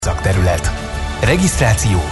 szakterület. Regisztráció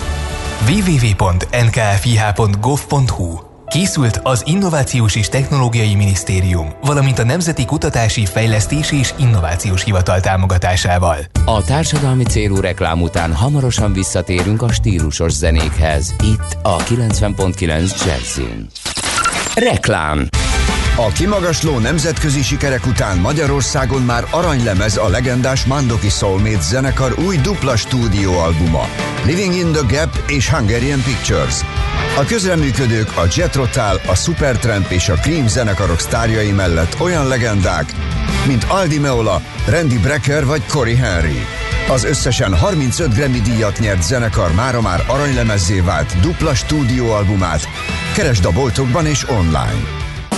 www.nkfih.gov.hu. Készült az Innovációs és Technológiai Minisztérium, valamint a Nemzeti Kutatási, Fejlesztési és Innovációs Hivatal támogatásával. A társadalmi célú reklám után hamarosan visszatérünk a stílusos zenékhez. Itt a 90.9 Jazzin. Reklám. A kimagasló nemzetközi sikerek után Magyarországon már aranylemez a legendás Mandoki Soulmates zenekar új dupla stúdióalbuma, Living in the Gap és Hungarian Pictures. A közreműködők a Jet Rotal, a Supertramp és a Cream zenekarok sztárjai mellett olyan legendák, mint Aldi Meola, Randy Brecker vagy Corey Henry. Az összesen 35 Grammy díjat nyert zenekar mára már aranylemezzé vált dupla stúdióalbumát keresd a boltokban és online.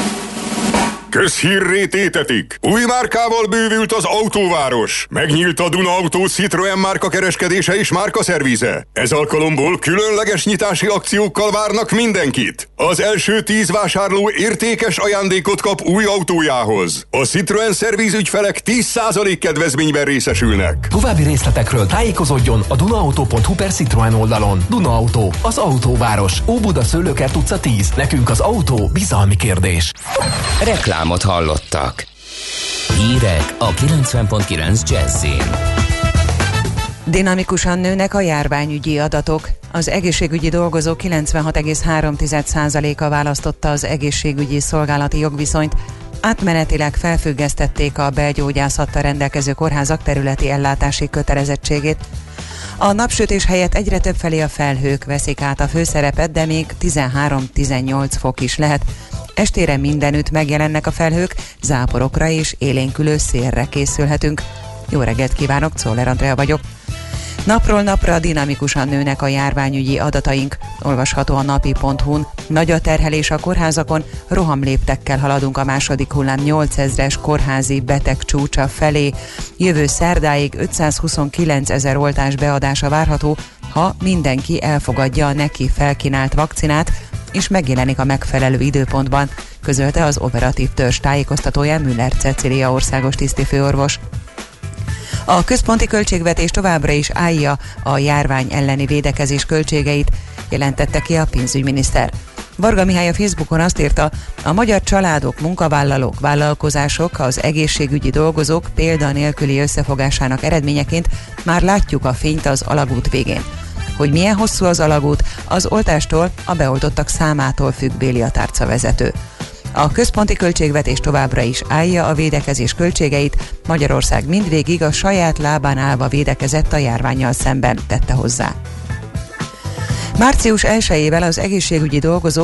Közhírré tétetik! Új márkával bővült az autóváros. Megnyílt a Duna Autó Citroen márka kereskedése és márka szervize. Ez alkalomból különleges nyitási akciókkal várnak mindenkit. Az első 10 vásárló értékes ajándékot kap új autójához. A Citroen szerviz ügyfelek 10% kedvezményben részesülnek. További részletekről tájékozódjon a dunaauto.hu/Citroen oldalon. Duna Autó, az autóváros. Óbuda Szőlőkert utca 10. Nekünk az autó bizalmi kérdés. Reklámot hallottak. Hírek a 90.9 Jazzin. Dinamikusan nőnek a járványügyi adatok. Az egészségügyi dolgozók 96,3%-a választotta az egészségügyi szolgálati jogviszonyt. Átmenetileg felfüggesztették a belgyógyászattal rendelkező kórházak területi ellátási kötelezettségét. A napsütés helyett egyre többfelé a felhők veszik át a főszerepet, de még 13-18 fok is lehet. Estére mindenütt megjelennek a felhők, záporokra és élénkülő szélre készülhetünk. Jó reggelt kívánok, Czoller Andrea vagyok. Napról napra dinamikusan nőnek a járványügyi adataink, olvasható a napi.hu-n. Nagy a terhelés a kórházakon, rohamléptekkel haladunk a második hullám 8000-es kórházi beteg csúcsa felé. Jövő szerdáig 529 000 oltás beadása várható, ha mindenki elfogadja a neki felkínált vakcinát, és megjelenik a megfelelő időpontban, közölte az operatív törzs tájékoztatóján Müller Cecília országos tisztifőorvos. A központi költségvetés továbbra is állja a járvány elleni védekezés költségeit, jelentette ki a pénzügyminiszter. Varga Mihály a Facebookon azt írta, a magyar családok, munkavállalók, vállalkozások, az egészségügyi dolgozók példa nélküli összefogásának eredményeként már látjuk a fényt az alagút végén. Hogy milyen hosszú az alagút, az oltástól, a beoltottak számától függ, béli a tárcavezető. A központi költségvetés továbbra is állja a védekezés költségeit, Magyarország mindvégig a saját lábán állva védekezett a járvánnyal szemben, tette hozzá. Március 1-ével az egészségügyi dolgozók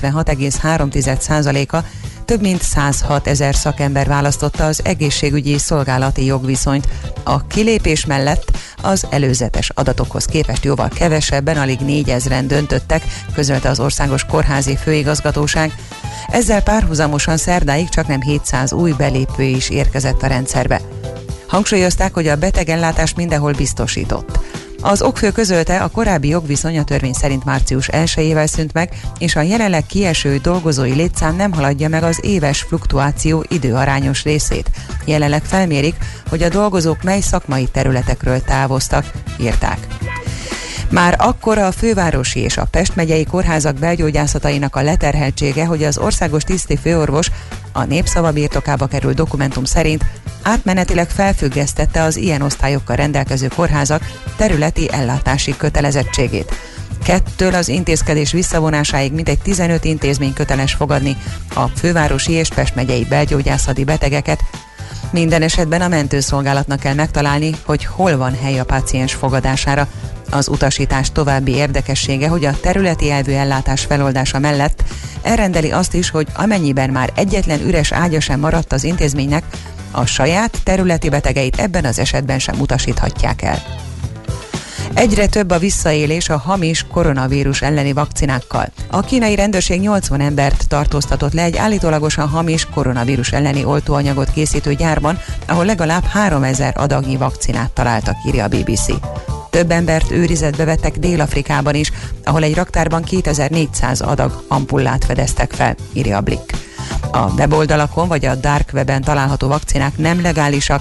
96,3%-a, több mint 106 000 szakember választotta az egészségügyi szolgálati jogviszonyt. A kilépés mellett az előzetes adatokhoz képest jóval kevesebben, alig 4000-en döntöttek, közölte az Országos Kórházi Főigazgatóság. Ezzel párhuzamosan szerdáig csaknem 700 új belépő is érkezett a rendszerbe. Hangsúlyozták, hogy a betegellátás mindenhol biztosított. Az okfő közölte, a korábbi jogviszony a törvény szerint március 1-ével szűnt meg, és a jelenleg kieső dolgozói létszám nem haladja meg az éves fluktuáció időarányos részét. Jelenleg felmérik, hogy a dolgozók mely szakmai területekről távoztak, írták. Már akkor a fővárosi és a Pest megyei kórházak belgyógyászatainak a leterheltsége, hogy az országos tisztifőorvos a Népszava birtokába került dokumentum szerint átmenetileg felfüggesztette az ilyen osztályokkal rendelkező kórházak területi ellátási kötelezettségét. 2 az intézkedés visszavonásáig mintegy 15 intézmény köteles fogadni a fővárosi és Pest megyei belgyógyászati betegeket. Minden esetben a mentőszolgálatnak kell megtalálni, hogy hol van hely a páciens fogadására. Az utasítás további érdekessége, hogy a területi elvű ellátás feloldása mellett elrendeli azt is, hogy amennyiben már egyetlen üres ágya sem maradt az intézménynek, a saját területi betegeit ebben az esetben sem utasíthatják el. Egyre több a visszaélés a hamis koronavírus elleni vakcinákkal. A kínai rendőrség 80 embert tartóztatott le egy állítólagosan hamis koronavírus elleni oltóanyagot készítő gyárban, ahol legalább 3000 adagnyi vakcinát találtak, írja a BBC. Több embert őrizetbe vettek Dél-Afrikában is, ahol egy raktárban 2400 adag ampullát fedeztek fel, írja a Blick. A weboldalakon vagy a Dark Weben található vakcinák nem legálisak,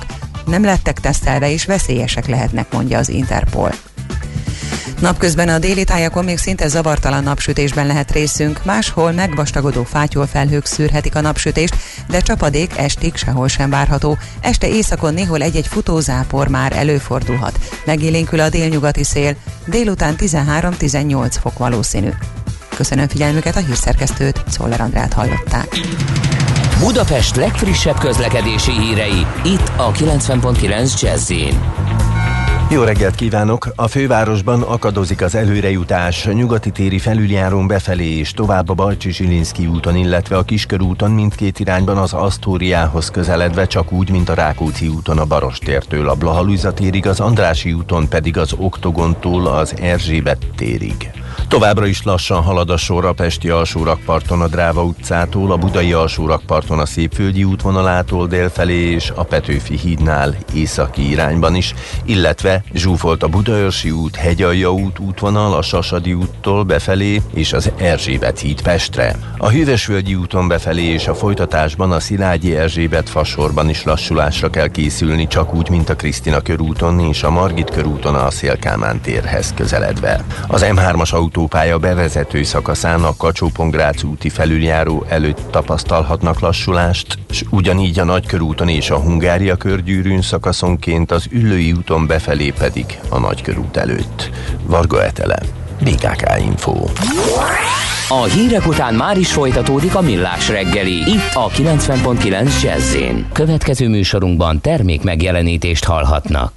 nem lettek tesztelve és veszélyesek lehetnek, mondja az Interpol. Napközben a déli tájakon még szinte zavartalan napsütésben lehet részünk, máshol megvastagodó fátyolfelhők szűrhetik a napsütést, de csapadék estig sehol sem várható. Este északon néhol egy-egy futózápor már előfordulhat. Megélénkül a délnyugati szél, délután 13-18 fok valószínű. Köszönöm figyelmüket, a hírszerkesztőt, Czoller Andrát hallották. Budapest legfrissebb közlekedési hírei, itt a 90.9 Jazz-in. Jó reggelt kívánok! A fővárosban akadozik az előrejutás Nyugati téri felüljárón befelé és tovább a Balcsi-Zsilinszky úton, illetve a Kiskörúton mindkét irányban az Asztóriához közeledve, csak úgy, mint a Rákóczi úton a Barostértől a Blaha Lujza térig, az Andrássy úton pedig az Oktogontól az Erzsébet térig. Továbbra is lassan halad a sor a pesti alsórakparton a Dráva utcától, a budai alsórakparton a Szépföldi útvonalától délfelé és a Petőfi hídnál északi irányban is, illetve zsúfolt a Budaörsi út, Hegyalja út útvonal a Sasadi úttól befelé és az Erzsébet híd Pestre. A Hűvösvölgyi úton befelé és a folytatásban a Szilágyi Erzsébet fasorban is lassulásra kell készülni, csak úgy, mint a Krisztina körúton és a Margit körúton a Széll-Kálmán térhez közeledve. Az M3-as autópálya bevezető szakaszán a Kacsó-Pongrác úti felüljáró előtt tapasztalhatnak lassulást, s ugyanígy a Nagykörúton és a Hungária körgyűrűn szakaszonként, az Üllői úton befelé pedig a Nagykörút előtt. Varga Etele, BKK Info. A hírek után már is folytatódik a Millás reggeli, itt a 90.9 Jazz-in. Következő műsorunkban termék megjelenítést hallhatnak.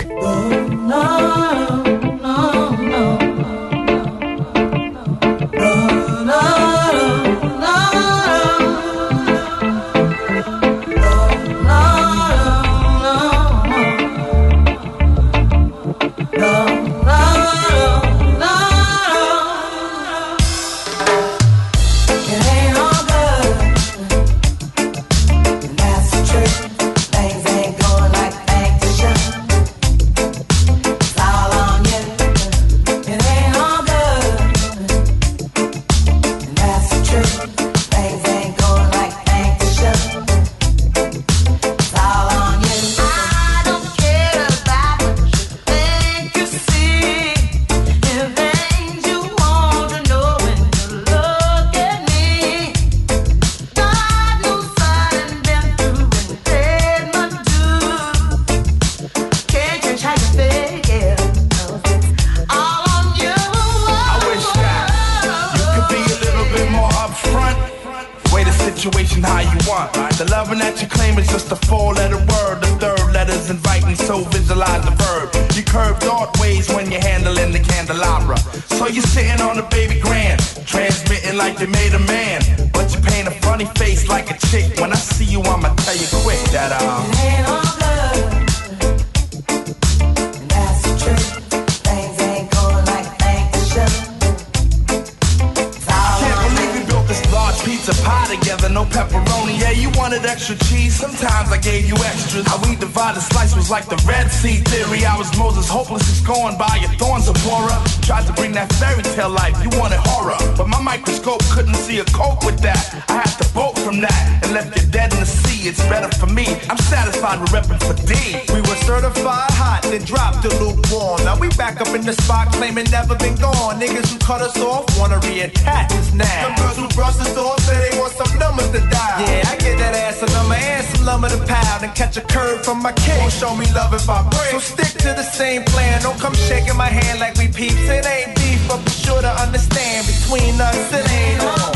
Like the Red Sea theory, I was Moses, hopeless and scorned by your thorns of Bora. Tried to bring that fairy tale life, you wanted horror, but my microscope couldn't see a cope with that. I had to bolt from that and left you dead in the sea. It's better for me, I'm satisfied with repping for D. We were certified hot, then dropped the lukewarm. Now we back up in the spot, claiming never been gone. Niggas who cut us off wanna reattach us now. Some girls who brush us off say they want some numbers to dial. Yeah, I get that ass a number and some lumber to pound and catch a curve from my king. Won't show me love if I break. So stick to the same plan. Don't come shaking my hand like we peeps. It ain't beef, but be sure to understand between us it ain't all.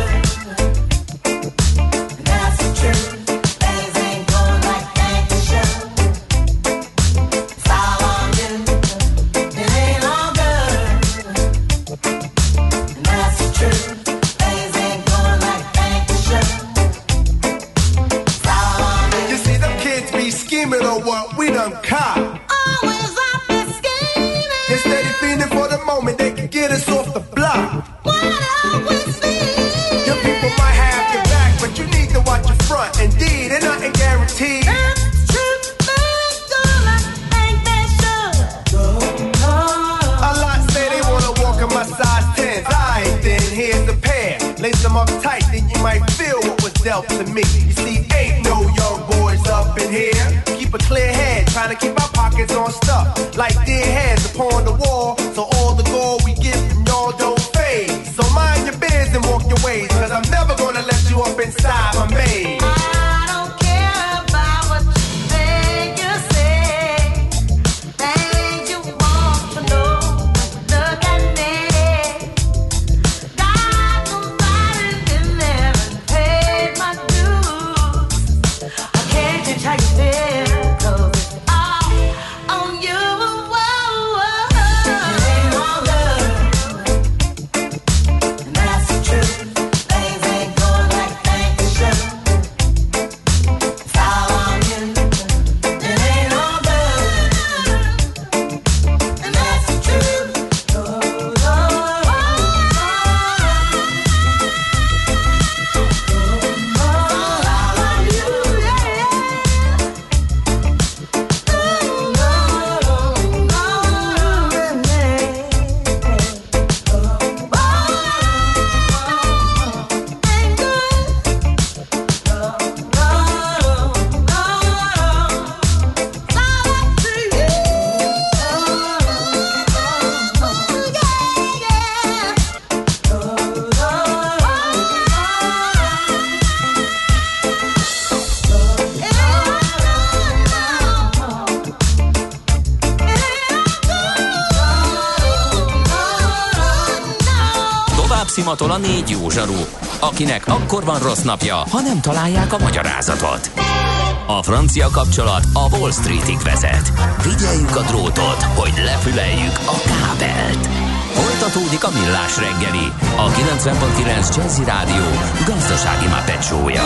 That's the truth. Things ain't going like they should. It's all on you. It ain't all good. That's the truth. Things ain't going like they should. It's all on you. You see them kids be scheming on what we done caught. Always out there scheming. They steady feeling for the moment they can get us off the block. What always see? Your people might have your back, but you need to watch your front. Indeed, and nothing guaranteed. That's true. Things going like they should. A lot say they wanna walk in my size 10s. Alright then, here's a pair. Lace them up tight, then you might feel what was dealt to me. You see, ain't no young boys up in here. Keep a clear head, try pockets on stuff like dead heads upon the wall. So all the gold we get from y'all don't fade. So mind your biz and walk your ways, cause I'm never gonna let you up inside my maze. Szimatol a 4 jó zsaru, akinek akkor van rossz napja, ha nem találják a magyarázatot. A francia kapcsolat a Wall Streetig vezet. Figyeljük a drótot, hogy lefüleljük a kábelt. Folytatódik a Millás reggeli, a 90.9 Jazzy Rádió gazdasági Muppet show-ja.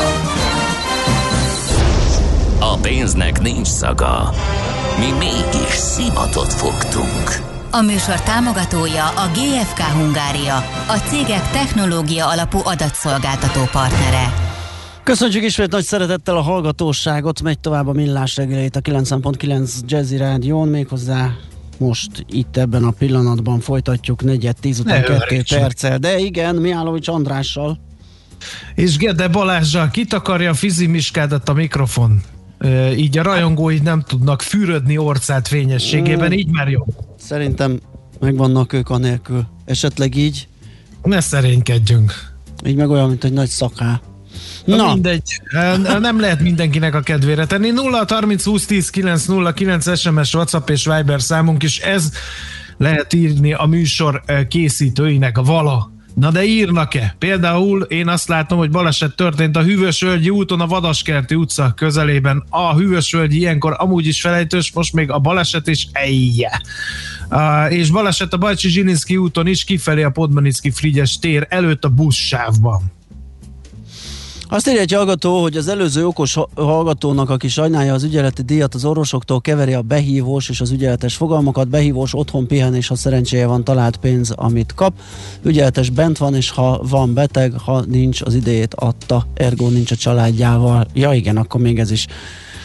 A pénznek nincs szaga, mi mégis szimatot fogtunk. A műsor támogatója a GFK Hungária, a cégek technológia alapú adatszolgáltató partnere. Köszönjük ismét nagy szeretettel a hallgatóságot, megy tovább a Millás reggelét a 90.9 Jazzy Rádión, méghozzá most itt ebben a pillanatban folytatjuk 9:10 után 2 perccel, de igen, Mihálovics Andrással. És Gede Balázsral kitakarja Fizimiskádat a mikrofon. Így a rajongói nem tudnak fürödni orcát fényességében, így már jó. Szerintem megvannak ők anélkül. Esetleg így. Ne szerénykedjünk. Így meg olyan, mint egy nagy szaká. Na mindegy, nem lehet mindenkinek a kedvére tenni. 0-30-20-10-9-09 SMS, WhatsApp és Viber számunk is, ez lehet írni a műsor készítőinek vala. Na de írnak-e? Például én azt látom, hogy baleset történt a Hűvösvölgyi úton, a Vadaskerti utca közelében. A Hűvösvölgyi ilyenkor amúgy is felejtős, most még a baleset is ejje. És baleset a Bajcsi-Zsilinszky úton is, kifelé a Podmanicki-Frigyes tér előtt a buszsávban. Azt írja egy hallgató, hogy az előző okos hallgatónak, aki sajnálja az ügyeleti díjat az orvosoktól, keveri a behívós és az ügyeletes fogalmakat. Behívós otthon pihen, és ha szerencséje van, talált pénz, amit kap. Ügyeletes bent van, és ha van beteg, ha nincs, az idejét adta, ergo nincs a családjával. Ja igen, akkor még ez is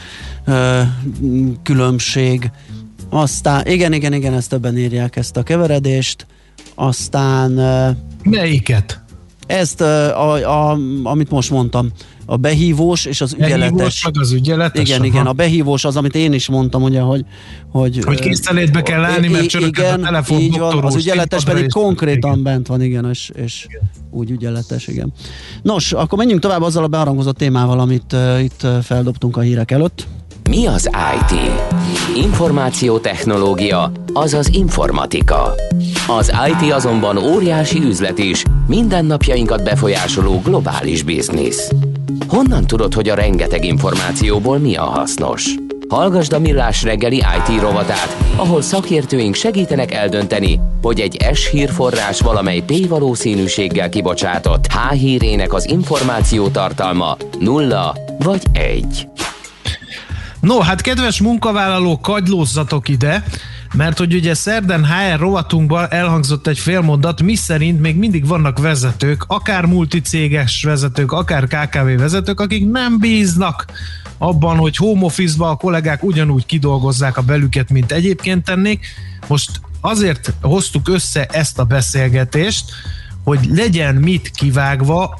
különbség. Aztán, igen, ezt többen írják, ezt a keveredést. Aztán... Melyiket? Ezt, amit most mondtam, a behívós és az ügyeletes. Behívós meg az ügyeletes? Igen, a behívós az, amit én is mondtam, ugye, hogy készelétbe kell állni, mert csöröket a telefon, így van, az ügyeletes pedig konkrétan bent van, igen, és úgy ügyeletes, igen. Nos, akkor menjünk tovább azzal a beharangozott témával, amit itt feldobtunk a hírek előtt. Mi az IT? Információtechnológia, azaz informatika. Az IT azonban óriási üzlet is, mindennapjainkat befolyásoló globális biznisz. Honnan tudod, hogy a rengeteg információból mi a hasznos? Hallgasd a Millás reggeli IT rovatát, ahol szakértőink segítenek eldönteni, hogy egy S hírforrás valamely P valószínűséggel kibocsátott H hírének az információ tartalma 0 vagy 1. No, hát kedves munkavállalók, kagylózzatok ide, mert hogy ugye szerdán HR rovatunkban elhangzott egy félmondat, miszerint még mindig vannak vezetők, akár multicéges vezetők, akár KKV vezetők, akik nem bíznak abban, hogy home office-ba a kollégák ugyanúgy kidolgozzák a belüket, mint egyébként tennék. Most azért hoztuk össze ezt a beszélgetést, hogy legyen mit kivágva,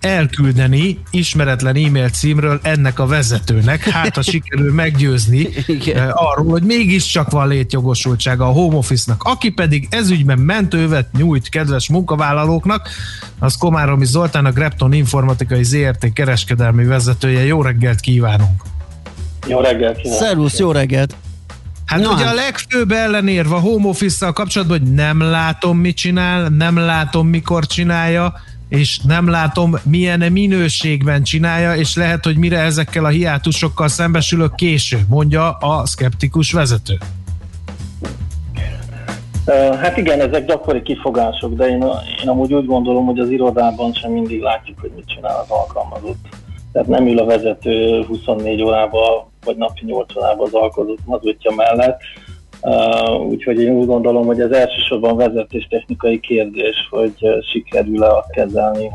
elküldeni ismeretlen e-mail címről ennek a vezetőnek, hát ha sikerül meggyőzni arról, hogy mégiscsak van létjogosultsága a home office-nak. Aki pedig ezügyben mentővet nyújt kedves munkavállalóknak, az Komáromi Zoltán, a Grepton Informatikai ZRT kereskedelmi vezetője. Jó reggelt kívánunk! Jó reggelt kívánunk! Szervusz, jó reggelt! Hát ugye a legfőbb ellenérv a home office-szal kapcsolatban, hogy nem látom, mit csinál, nem látom, mikor csinálja, és nem látom, milyen minőségben csinálja, és lehet, hogy mire ezekkel a hiátusokkal szembesülök, késő, mondja a szkeptikus vezető. Hát igen, ezek gyakori kifogások, de én amúgy úgy gondolom, hogy az irodában sem mindig látjuk, hogy mit csinál az alkalmazott. Tehát nem ül a vezető 24 órába, vagy napi 8 órába az alkalmazottja mellett. Úgyhogy én úgy gondolom, hogy ez elsősorban vezetéstechnikai kérdés, hogy sikerül-e azt kezelni,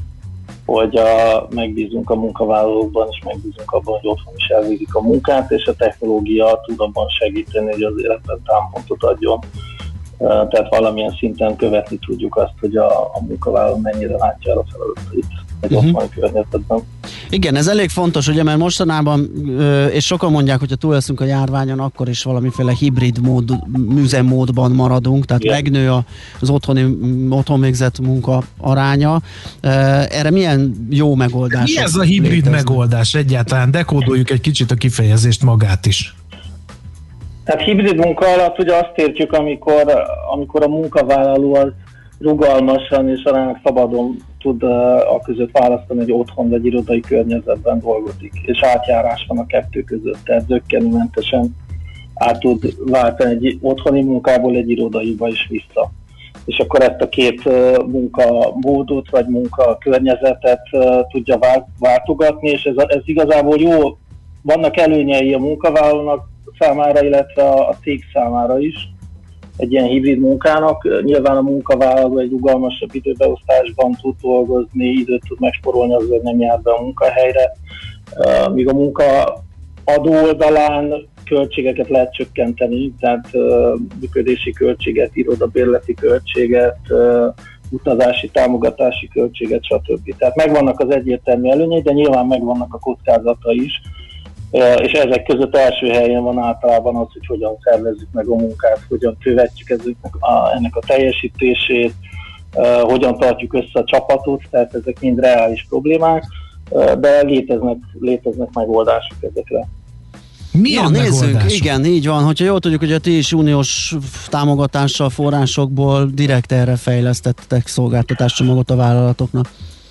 hogy megbízunk a munkavállalókban, és megbízunk abban, hogy otthon is elvégzik a munkát, és a technológia tud abban segíteni, hogy az életben támpontot adjon. Tehát valamilyen szinten követni tudjuk azt, hogy a munkavállaló mennyire látja el a feladatait egy otthoni környezetben. Igen, ez elég fontos, ugye, mert mostanában, és sokan mondják, hogyha túl leszünk a járványon, akkor is valamiféle hibrid üzemmódban maradunk, tehát megnő az otthon végzett munka aránya. Erre milyen jó megoldás? Mi ez a hibrid megoldás egyáltalán? Dekódoljuk egy kicsit a kifejezést magát is. Tehát hibrid munka alatt ugye azt értjük, amikor a munkavállaló az rugalmasan és aránylag szabadon tud a között választani, hogy otthon vagy irodai környezetben dolgozik, és átjárás van a kettő között, tehát zökkenőmentesen át tud váltani egy otthoni munkából egy irodaiba is vissza. És akkor ezt a két munkamódot vagy munkakörnyezetet tudja váltogatni, és ez igazából jó, vannak előnyei a munkavállalónak számára, illetve a cég számára is egy ilyen hibrid munkának. Nyilván a munkavállaló egy rugalmasabb időbeosztásban tud dolgozni, időt tud megsporolni azzal, hogy nem jár be a munkahelyre, míg a munkaadó oldalán költségeket lehet csökkenteni, tehát működési költséget, irodabérleti költséget, utazási, támogatási költséget, stb. Tehát megvannak az egyértelmű előnyei, de nyilván megvannak a kockázata is, és ezek között első helyen van általában az, hogy hogyan szervezzük meg a munkát, hogyan követjük ennek a teljesítését, hogyan tartjuk össze a csapatot, tehát ezek mind reális problémák, de léteznek megoldások ezekre. Milyen nézzük, igen, így van. Hogyha jól tudjuk, hogy a ti is uniós támogatással, forrásokból direkt erre fejlesztettek szolgáltatáscsomagot a vállalatoknak.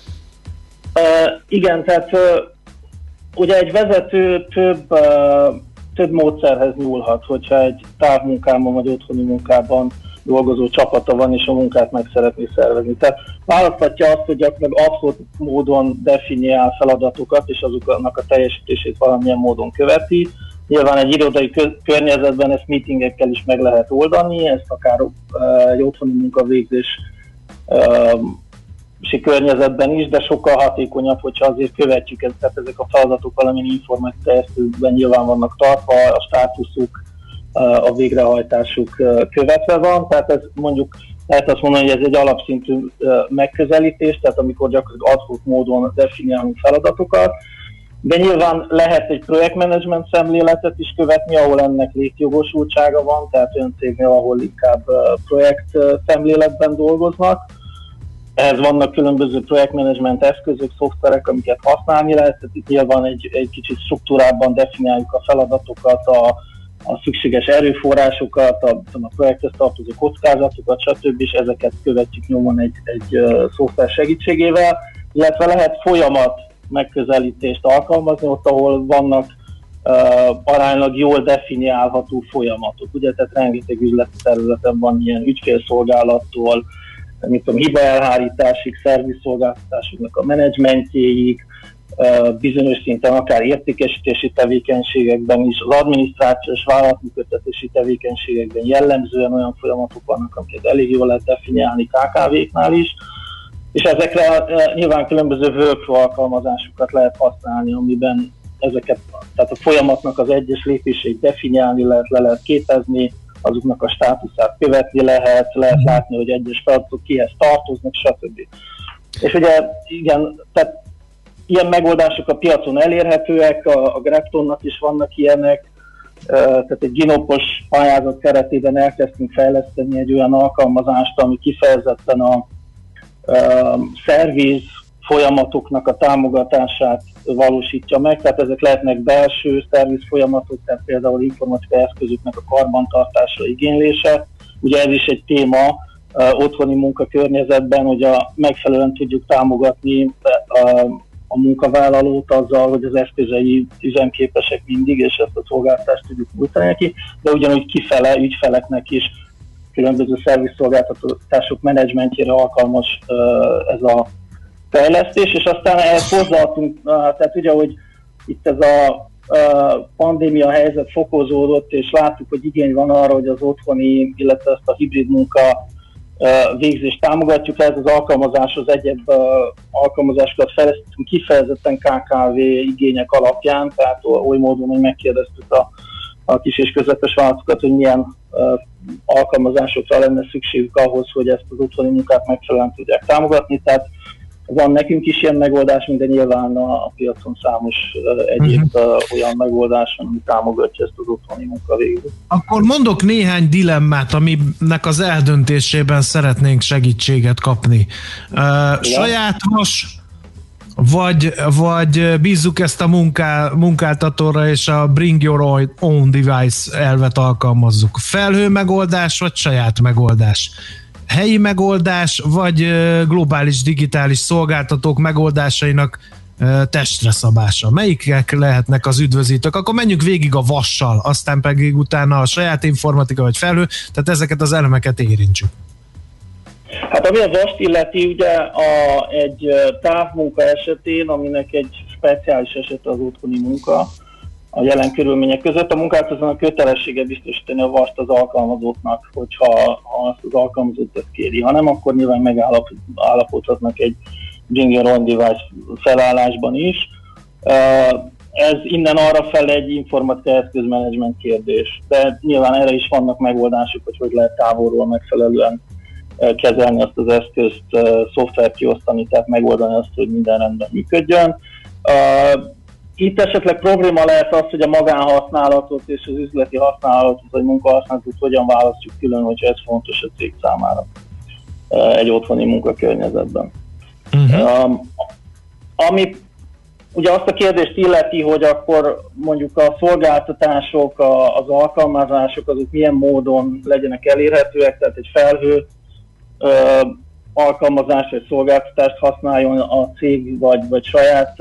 Igen, tehát ugye egy vezető több módszerhez nyúlhat, hogyha egy távmunkában vagy otthoni munkában dolgozó csapata van, és a munkát meg szeretné szervezni. Tehát választhatja azt, hogy gyakorlatilag ad-hoc módon definiál feladatokat, és azoknak a teljesítését valamilyen módon követi. Nyilván egy irodai környezetben ezt meetingekkel is meg lehet oldani, ezt akár egy otthoni munkavégzés környezetben is, de sokkal hatékonyabb, hogyha azért követjük ezt, tehát ezek a feladatok valamilyen informatikai eszközben nyilván vannak tartva, a státuszuk, a végrehajtásuk követve van, tehát ez mondjuk lehet azt mondani, hogy ez egy alapszintű megközelítés, tehát amikor gyakorlatilag ad hoc módon definiálunk feladatokat, de nyilván lehet egy projektmenedzsment szemléletet is követni, ahol ennek létjogosultsága van, tehát olyan cégnél, ahol inkább projekt szemléletben dolgoznak. Ehhez vannak különböző projektmenedzsment eszközök, szoftverek, amiket használni lehet, tehát itt nyilván egy kicsit struktúrában definiáljuk a feladatokat, a szükséges erőforrásokat, a projekthez tartozó kockázatokat, stb. És ezeket követjük nyomon egy szoftver segítségével, illetve lehet folyamat megközelítést alkalmazni, ott ahol vannak aránylag jól definiálható folyamatok. Ugye, tehát rengeteg üzleti területen van ilyen ügyfélszolgálattól, hibaelhárításig, szervizszolgáltatásoknak a menedzsmentjéig, bizonyos szinten akár értékesítési tevékenységekben is, az adminisztrációs vállalatműködtetési tevékenységekben jellemzően olyan folyamatok vannak, amiket elég jól lehet definiálni KKV-knál is, és ezekre nyilván különböző workflow alkalmazásokat lehet használni, amiben ezeket, tehát a folyamatnak az egyes lépéseit definiálni lehet, le lehet képezni, azoknak a státuszát követni lehet látni, hogy egyes feladatok kihez tartoznak, stb. És ugye igen, tehát ilyen megoldások a piacon elérhetőek, a Graftonnak is vannak ilyenek, tehát egy Ginopos pályázat keretében elkezdtünk fejleszteni egy olyan alkalmazást, ami kifejezetten a szerviz folyamatoknak a támogatását valósítja meg, tehát ezek lehetnek belső szerviz folyamatok, tehát például informatikai eszközöknek a karbantartásra, igénylése. Ugye ez is egy téma otthoni munkakörnyezetben, hogy megfelelően tudjuk támogatni a munkavállalót azzal, hogy az eszközei üzemképesek mindig, és ezt a szolgáltatást tudjuk nyújtani neki, de ugyanúgy kifele ügyfeleknek is különböző szervizszolgáltatások menedzsmentjére alkalmas ez a fejlesztés, és aztán ehhez hozzáadtunk, tehát ugye, hogy itt ez a pandémia helyzet fokozódott, és láttuk, hogy igény van arra, hogy az otthoni, illetve ezt a hibrid munka végzést támogatjuk, ez az alkalmazáshoz egyéb alkalmazásokat fejlesztettünk kifejezetten KKV igények alapján, tehát oly módon, hogy megkérdeztük a kis és közepes vállalatokat, hogy milyen alkalmazásokra lenne szükségük ahhoz, hogy ezt az otthoni munkát megfelelően tudják támogatni, tehát van nekünk is ilyen megoldás, de nyilván a piacon számos egyéb olyan megoldás, ami támogatja ezt az otthoni munkavégzést. Akkor mondok néhány dilemmát, aminek az eldöntésében szeretnénk segítséget kapni. Sajátos, vagy bízzuk ezt a munkáltatóra, és a bring your own device elvet alkalmazzuk. Felhő megoldás, vagy saját megoldás? Helyi megoldás, vagy globális digitális szolgáltatók megoldásainak testre szabása? Melyikek lehetnek az üdvözítők? Akkor menjünk végig a vassal, aztán pedig utána a saját informatika vagy felhő, tehát ezeket az elemeket érintsük. Hát ami a vast illeti, ugye egy távmunka esetén, aminek egy speciális eset az otthoni munka, a jelen körülmények között a munkáltatónak kötelessége biztosítani a vast az alkalmazottnak, hogyha azt az alkalmazott ezt kéri. Ha nem, akkor nyilván megállapodhatnak egy bring your own device felállásban is. Ez innen arra fel egy informatikai eszközmenedzsment kérdés, de nyilván erre is vannak megoldások, hogy lehet távolról megfelelően kezelni azt az eszközt, szoftvert kiosztani, tehát megoldani azt, hogy minden rendben működjön. Itt esetleg probléma lehet az, hogy a magánhasználatot és az üzleti használatot, vagy munkahasználatot hogyan választjuk külön, hogyha ez fontos a cég számára egy otthoni munkakörnyezetben. Ami ugye azt a kérdést illeti, hogy akkor mondjuk a szolgáltatások, az alkalmazások, azok milyen módon legyenek elérhetőek, tehát egy felhő alkalmazás vagy szolgáltatást használjon a cég, vagy saját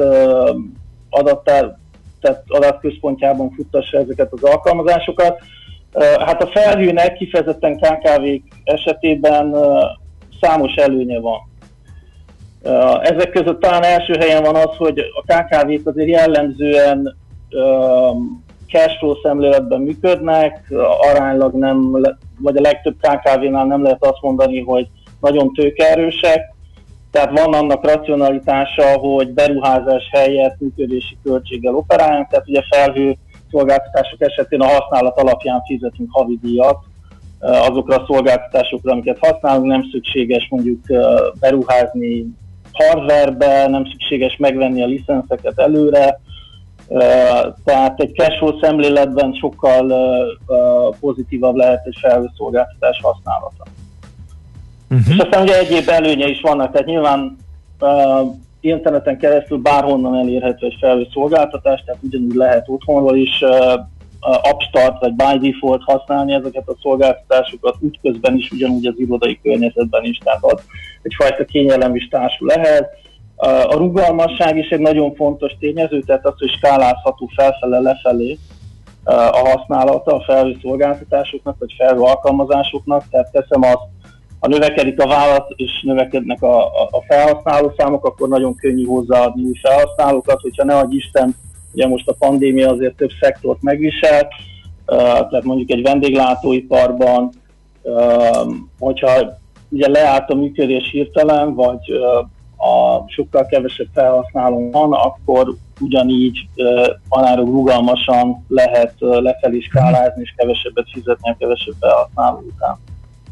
adatközpontjában futtassa ezeket az alkalmazásokat. Hát a felhőnek kifejezetten KKV-k esetében számos előnye van. Ezek között talán első helyen van az, hogy a KKV-k azért jellemzően cashflow szemléletben működnek, aránylag nem, vagy a legtöbb KKV-nál nem lehet azt mondani, hogy nagyon tőkeerősek, tehát van annak racionalitása, hogy beruházás helyett működési költséggel operálnak, tehát ugye felhő szolgáltatások esetén a használat alapján fizetünk havidíjat azokra a szolgáltatásokra, amiket használunk, nem szükséges mondjuk beruházni hardwarebe, nem szükséges megvenni a licenszeket előre, tehát egy cashflow szemléletben sokkal pozitívabb lehet egy felhőszolgáltatás használata. És aztán ugye egyéb előnye is vannak, tehát nyilván interneten keresztül bárhonnan elérhető egy felhőszolgáltatás, tehát ugyanúgy lehet otthonról is upstart vagy by default használni ezeket a szolgáltatásokat, útközben is, ugyanúgy az irodai környezetben is, tehát ott egyfajta kényelem is társul ehhez. A rugalmasság is egy nagyon fontos tényező, tehát az, hogy skálázható felfele lefelé a használata a felhő szolgáltatásoknak, vagy felhő alkalmazásoknak, tehát teszem azt, ha növekedik a vállalat és növekednek a felhasználó számok, akkor nagyon könnyű hozzáadni új felhasználókat, hogyha ne adj Isten, ugye most a pandémia azért több szektort megvisel, tehát mondjuk egy vendéglátóiparban, hogyha ugye leállt a működés hirtelen, vagy sokkal kevesebb felhasználó van, akkor ugyanígy tanárok rugalmasan lehet lefelé skálázni és kevesebbet fizetni a kevesebb felhasználó után.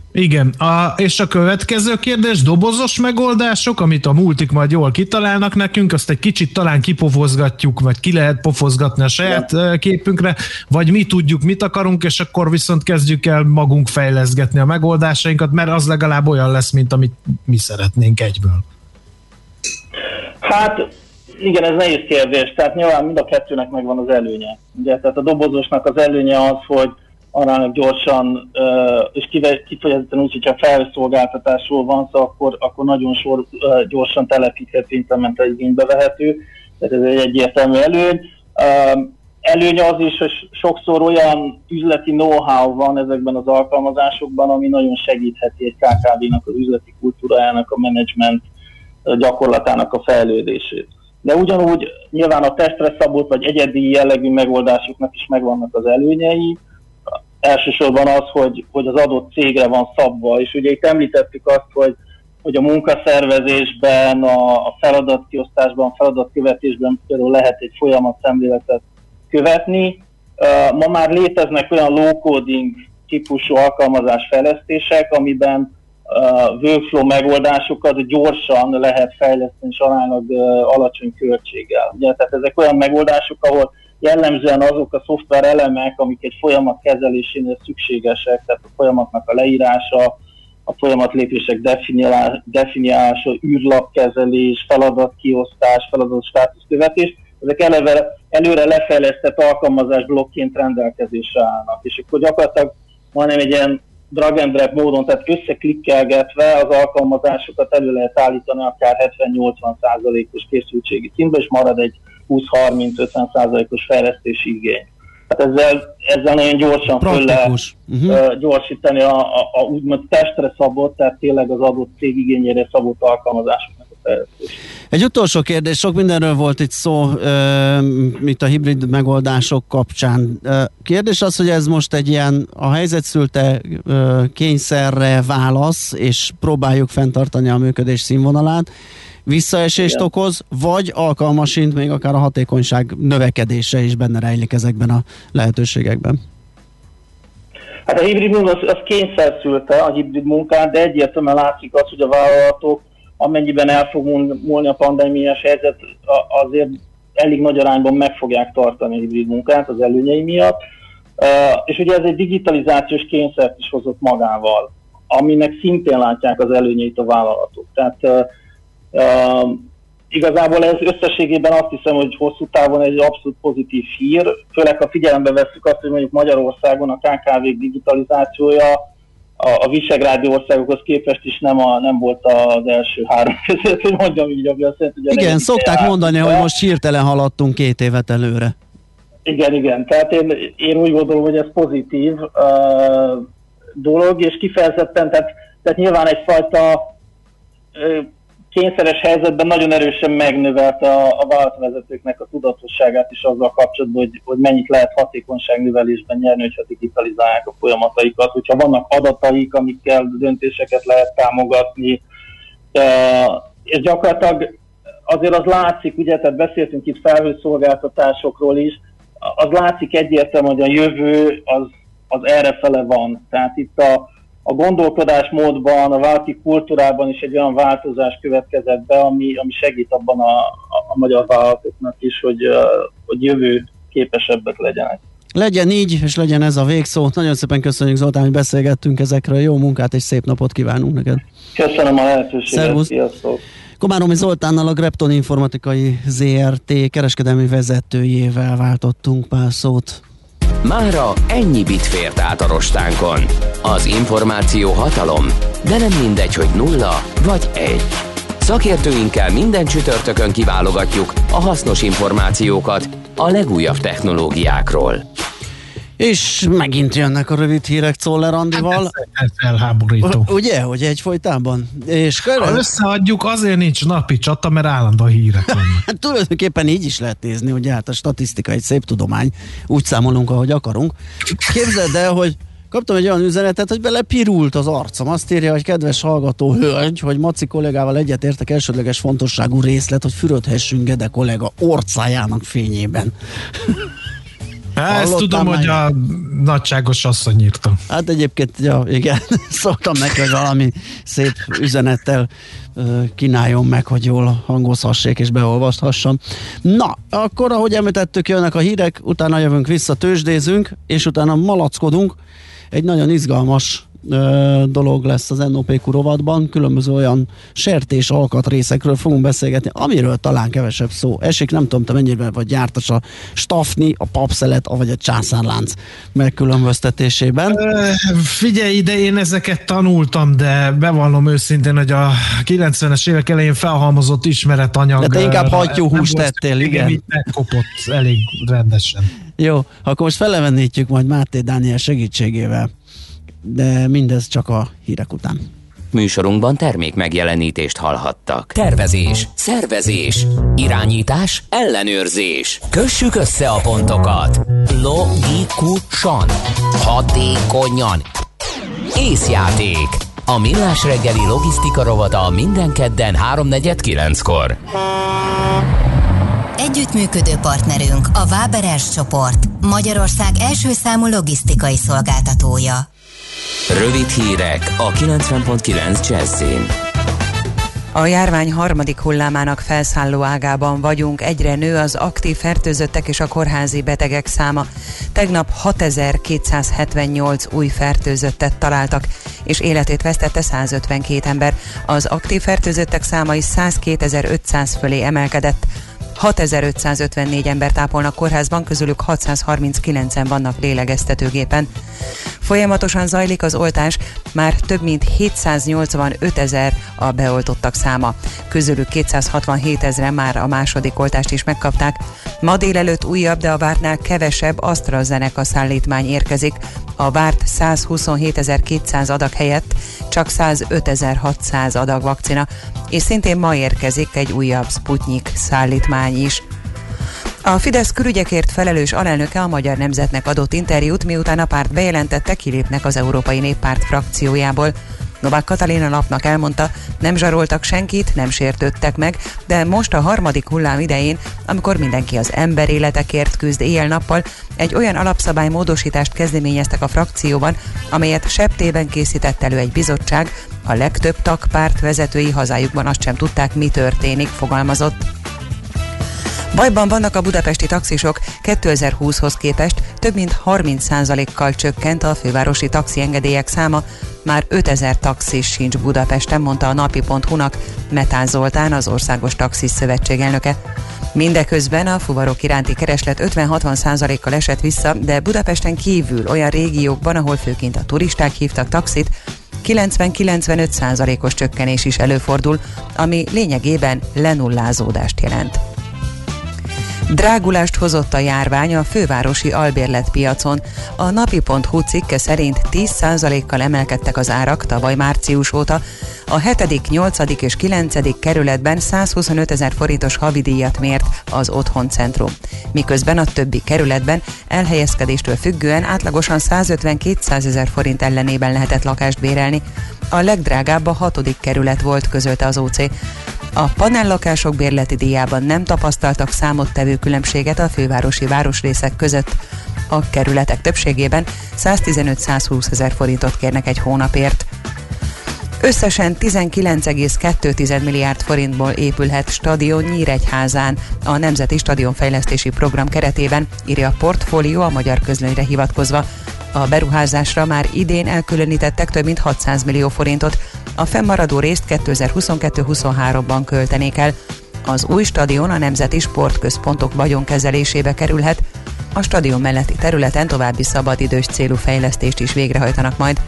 Igen, és a következő kérdés, dobozos megoldások, amit a multik majd jól kitalálnak nekünk, azt egy kicsit talán kipofozgatjuk, vagy ki lehet pofozgatni a saját képünkre, vagy mi tudjuk, mit akarunk, és akkor viszont kezdjük el magunk fejleszgetni a megoldásainkat, mert az legalább olyan lesz, mint amit mi szeretnénk egyből. Hát igen, ez nehéz kérdés, tehát nyilván mind a kettőnek megvan az előnye. Ugye, tehát a dobozosnak az előnye az, hogy aránylag gyorsan, és kifejezetten úgy, hogyha felszolgáltatásról van szó, akkor nagyon gyorsan telepíthető, implementel igénybe vehető, tehát ez egy egyértelmű előny. Előny az is, hogy sokszor olyan üzleti know-how van ezekben az alkalmazásokban, ami nagyon segítheti egy KKV-nak az üzleti kultúrájának, a menedzsment gyakorlatának a fejlődését. De ugyanúgy nyilván a testre szabott vagy egyedi jellegű megoldásoknak is megvannak az előnyei. Elsősorban az, hogy az adott cégre van szabva, és ugye itt említettük azt, hogy a munkaszervezésben, a feladatkiosztásban, feladatkövetésben például lehet egy folyamatszemléletet követni. Ma már léteznek olyan low-coding típusú alkalmazásfejlesztések, amiben workflow megoldásokat gyorsan lehet fejleszteni és aránylag alacsony költséggel. Ugye, tehát ezek olyan megoldások, ahol jellemzően azok a szoftver elemek, amik egy folyamat kezelésénél szükségesek, tehát a folyamatnak a leírása, a folyamatlépések definiálása, űrlapkezelés, feladatkiosztás, feladat státuszkövetés, ezek előre lefejlesztett alkalmazás blokkként rendelkezésre állnak. És akkor gyakorlatilag majdnem egy ilyen drag and drag módon, tehát összeklikkelgetve az alkalmazásokat elő lehet állítani akár 70-80%-os készültségi szintben, és marad egy 20-30-50%-os fejlesztési igény. Tehát ezzel nagyon gyorsan föl lehet gyorsítani a úgymond testre szabott, tehát tényleg az adott cég igényére szabott alkalmazásoknak a fejlesztését. Egy utolsó kérdés, sok mindenről volt itt szó, itt a hibrid megoldások kapcsán. Kérdés az, hogy ez most egy ilyen a helyzet szülte kényszerre válasz, és próbáljuk fenntartani a működés színvonalát, visszaesést okoz, vagy alkalmasint még akár a hatékonyság növekedése is benne rejlik ezekben a lehetőségekben? Hát a hibrid munka az kényszer szülte a hibrid munkát, de egyértelműen látszik az, hogy a vállalatok, amennyiben el fog múlni a pandémiás helyzet, azért elég nagy arányban meg fogják tartani a hibrid munkát az előnyei miatt. És ugye ez egy digitalizációs kényszert is hozott magával, aminek szintén látják az előnyeit a vállalatok. Tehát igazából ez összességében azt hiszem, hogy hosszú távon egy abszolút pozitív hír, főleg ha figyelembe vesszük azt, hogy mondjuk Magyarországon a KKV-k digitalizációja a visegrádi országokhoz képest is nem volt az első három között, hogy mondjam így, ami azt jelenti, hogy igen, szokták mondani, hogy most hirtelen haladtunk 2 évet előre. Igen, tehát én úgy gondolom, hogy ez pozitív dolog, és kifejezetten, tehát nyilván egyfajta kényszeres helyzetben nagyon erősen megnövelte a vállalatvezetőknek a tudatosságát is azzal kapcsolatban, hogy mennyit lehet hatékonyságnövelésben nyerni, hogyha digitalizálják a folyamataikat, hogyha vannak adataik, amikkel döntéseket lehet támogatni, és gyakorlatilag azért az látszik, ugye, tehát beszéltünk itt felhőszolgáltatásokról is, az látszik egyértelműen, hogy a jövő az errefele van, tehát itt a gondolkodásmódban, a vállalati kultúrában is egy olyan változás következett be, ami segít abban a magyar vállalatoknak is, hogy jövő képesebbek legyenek. Legyen így, és legyen ez a végszó. Nagyon szépen köszönjük, Zoltán, hogy beszélgettünk ezekről. Jó munkát és szép napot kívánunk neked. Köszönöm a lehetőséget. Szervusz. Sziasztok. Komáromi Zoltánnal, a Grepton Informatikai Zrt. kereskedelmi vezetőjével váltottunk pár szót. Mára ennyi bit fért át a rostánkon. Az információ hatalom, de nem mindegy, hogy 0 vagy 1. Szakértőinkkel minden csütörtökön kiválogatjuk a hasznos információkat a legújabb technológiákról. És megint jönnek a rövid hírek Czoller Andival. Ez elháborító. Ugye, hogy egyfolytában? És ha összeadjuk, azért nincs napi csata, mert állandó hírek vannak. Hát tulajdonképpen így is lehet nézni, hogy hát a statisztika egy szép tudomány. Úgy számolunk, ahogy akarunk. Képzeld el, hogy kaptam egy olyan üzenetet, hogy belepirult az arcom. Azt írja, hogy kedves hallgató hölgy, hogy Maci kollégával egyetértek, elsődleges fontosságú részlet, hogy fürödhessünk Gede kollega orcájának fényében. Ezt tudom, hogy a nagyságos asszony írta. Hát egyébként, ja, igen, szóltam neki, hogy valami szép üzenettel kínáljon meg, hogy jól hangozhassék és beolvashassam. Na, akkor, ahogy említettük, jönnek a hírek, utána jövünk vissza, tőzsdézünk, és utána malackodunk. Egy nagyon izgalmas dolog lesz az NOPQ rovatban, különböző olyan sertés alkatrészekről fogunk beszélgetni, amiről talán kevesebb szó esik, nem tudom, te mennyire vagy jártas a stafni, a papszelet, vagy a császárlánc megkülönböztetésében. Figyelj ide, én ezeket tanultam, de bevallom őszintén, hogy a 90-es évek elején felhalmozott ismeretanyag. De te inkább hattyúhúst tettél, igen. Itt megkopott elég rendesen. Jó, akkor most felevennítjük majd Máté Dániel segítségével, de mindez csak a hírek után. Műsorunkban termék megjelenítést hallhattak. Tervezés, szervezés, irányítás, ellenőrzés. Kössük össze a pontokat. Logikusan, hatékonyan. Észjáték. A Millás reggeli logisztika rovata minden kedden 3:49-kor. Együttműködő partnerünk a Waberers csoport, Magyarország első számú logisztikai szolgáltatója. Rövid hírek a 90.9 Jazz-in. A járvány harmadik hullámának felszálló ágában vagyunk, egyre nő az aktív fertőzöttek és a kórházi betegek száma. Tegnap 6278 új fertőzöttet találtak, és életét vesztette 152 ember. Az aktív fertőzöttek száma is 102.500 fölé emelkedett. 6554 ember tápolnak kórházban, közülük 639-en vannak lélegeztetőgépen. Folyamatosan zajlik az oltás, már több mint 785 000 a beoltottak száma. Közülük 267 000 már a második oltást is megkapták. Ma délelőtt újabb, de a vártnál kevesebb AstraZeneca szállítmány érkezik. A várt 127.200 adag helyett csak 105.600 adag vakcina, és szintén ma érkezik egy újabb Sputnik szállítmány is. A Fidesz külügyekért felelős alelnöke a Magyar Nemzetnek adott interjút, miután a párt bejelentette, kilépnek az Európai Néppárt frakciójából. Novák Katalin a lapnak elmondta, nem zsaroltak senkit, nem sértődtek meg, de most a harmadik hullám idején, amikor mindenki az emberéletekért küzd éjjel-nappal, egy olyan alapszabálymódosítást kezdeményeztek a frakcióban, amelyet septében készített elő egy bizottság, a legtöbb tagpárt vezetői hazájukban azt sem tudták, mi történik, fogalmazott. Bajban vannak a budapesti taxisok, 2020-hoz képest több mint 30%-kal csökkent a fővárosi taxiengedélyek száma, már 5000 taxis sincs Budapesten, mondta a napi.hu-nak Metán Zoltán, az Országos Taxis Szövetség elnöke. Mindeközben a fuvarok iránti kereslet 50-60%-kal esett vissza, de Budapesten kívül olyan régiókban, ahol főként a turisták hívtak taxit, 90-95%-os csökkenés is előfordul, ami lényegében lenullázódást jelent. Drágulást hozott a járvány a fővárosi albérletpiacon. A napi.hu cikke szerint 10%-kal emelkedtek az árak tavaly március óta. A 7., 8. és 9. kerületben 125 000 forintos havidíjat mért az Otthoncentrum. Miközben a többi kerületben elhelyezkedéstől függően átlagosan 150-200 000 forint ellenében lehetett lakást bérelni. A legdrágább a 6. kerület volt, közölte az OC. A panellakások bérleti díjában nem tapasztaltak számottevő különbséget a fővárosi városrészek között. A kerületek többségében 115-120 000 forintot kérnek egy hónapért. Összesen 19,2 milliárd forintból épülhet stadion Nyíregyházán a Nemzeti Stadionfejlesztési Program keretében, írja a Portfólió a Magyar Közlönyre hivatkozva. A beruházásra már idén elkülönítettek több mint 600 millió forintot, a fennmaradó részt 2022-23-ban költenék el. Az új stadion a nemzeti sportközpontok vagyonkezelésébe kerülhet, a stadion melletti területen további szabadidős célú fejlesztést is végrehajtanak majd.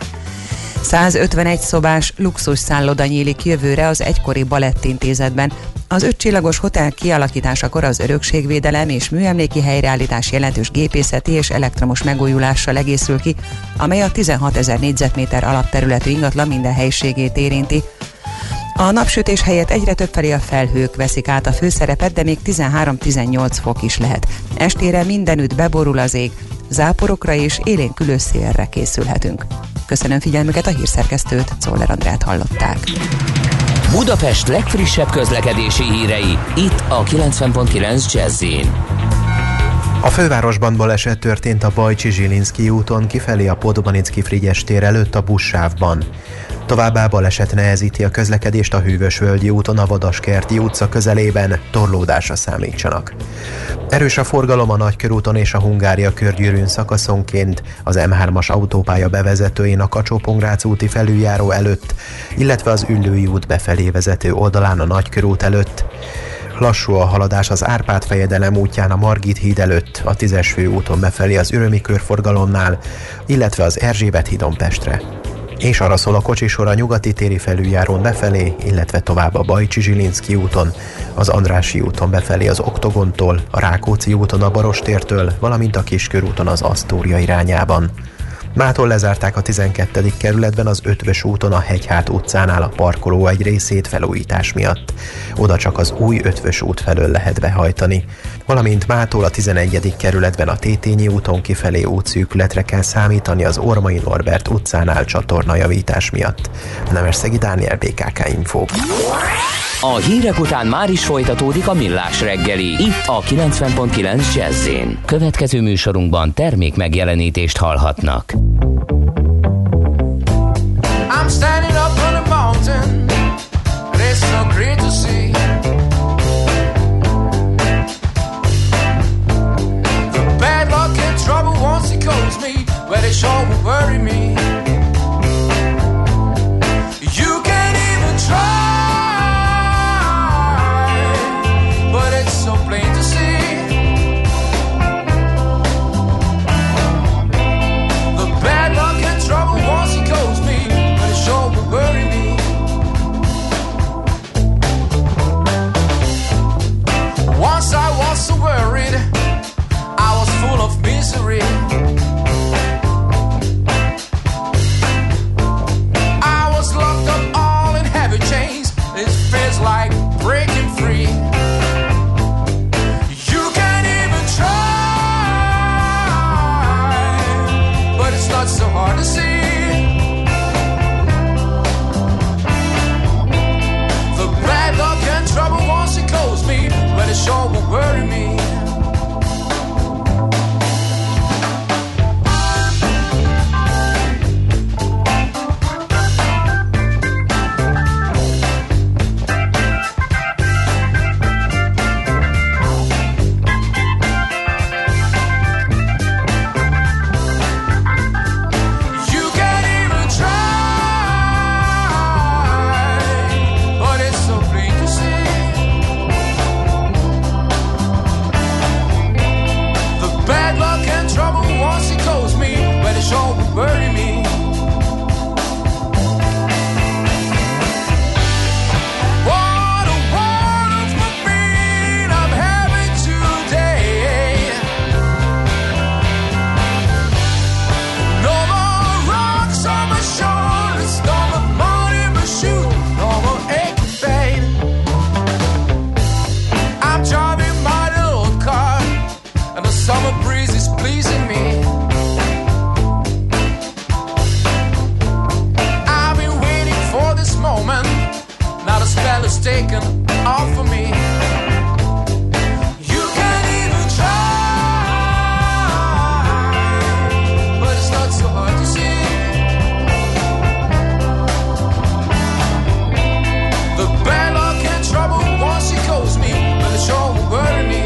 151 szobás luxus szálloda nyílik jövőre az egykori Balettintézetben. Az 5 csillagos hotel kialakításakor az örökségvédelem és műemléki helyreállítás jelentős gépészeti és elektromos megújulással egészül ki, amely a 16 000 négyzetméter alapterületű ingatlan minden helyiségét érinti. A napsütés helyett egyre többfelé a felhők veszik át a főszerepet, de még 13-18 fok is lehet. Estére mindenütt beborul az ég, záporokra és élénkülő szélre készülhetünk. Köszönöm figyelmüket, a hírszerkesztőt, Czoller Andrát hallották. Budapest legfrissebb közlekedési hírei, itt a 90.9 Jazz-in. A fővárosban baleset történt a Bajcsi-Zsilinszky úton kifelé a Podmanicki-Frigyes tér előtt a buszsávban. Továbbá baleset nehezíti a közlekedést a Hűvösvölgyi úton a Vadaskerti utca közelében, torlódásra számítsanak. Erős a forgalom a Nagykörúton és a Hungária körgyűrűn szakaszonként, az M3-as autópálya bevezetőjén a Kacsó-Pongrác úti felüljáró előtt, illetve az Üllői út befelé vezető oldalán a Nagykörút előtt. Lassú a haladás az Árpád-fejedelem útján a Margit híd előtt, a 10-es főúton befelé az Ürömi körforgalomnál, illetve az Erzsébet hídon Pestre. És arra szól a kocsisor a Nyugati téri felüljárón befelé, illetve tovább a Bajcsi-Zsilinszky úton, az Andrássy úton befelé az Oktogontól, a Rákóczi úton a Barostértől, valamint a Kiskörúton az Asztória irányában. Mától lezárták a 12. kerületben az Ötvös úton a Hegyhát utcánál a parkoló egy részét felújítás miatt. Oda csak az új Ötvös út felől lehet behajtani. Valamint mától a 11. kerületben a Tétényi úton kifelé útszűkületre kell számítani az Ormai Norbert utcánál csatornajavítás miatt. Nemesszegi Dániel, BKK Info. A hírek után már is folytatódik a Millás reggeli, itt a 90.9 Jazz-én. Következő műsorunkban termék megjelenítést hallhatnak. I'm standing up on a mountain, and it's so great to see. The bad luck and trouble once it calls me, where they sure will worry me. You can't even try. So plain to see, the bad luck and trouble once it goes me, but it sure will worry me. Once I was so worried, I was full of misery. I was locked up all in heavy chains. It feels like breaking free. So hard to see. The bad luck and trouble once it goes me, but it sure won't worry me. Taken off of me. You can't even try, but it's not so hard to see. The bad luck and trouble once it goes me, but it sure will worry me.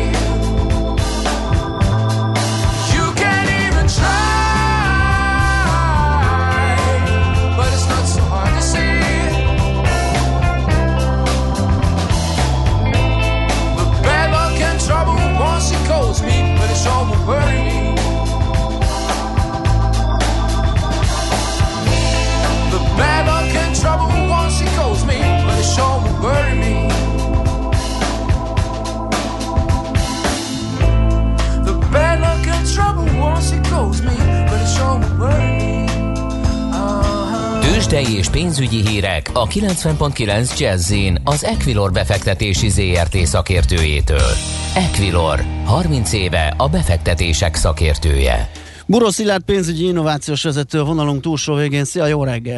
You can't even try, but it's not so hard to see. Trouble once it calls me, but it sure won't worry me. The bad luck and trouble once it calls me, but it sure won't worry me. The bad luck and trouble once it calls me, but it sure won't worry me. Tőzsdei és pénzügyi hírek a 90.9 Jazz-in az Equilor befektetési ZRT szakértőjétől. Equilor, 30 éve a befektetések szakértője. Buró Szilárd pénzügyi innovációs vezető a vonalunk túlsó végén. Szia, jó reggelt!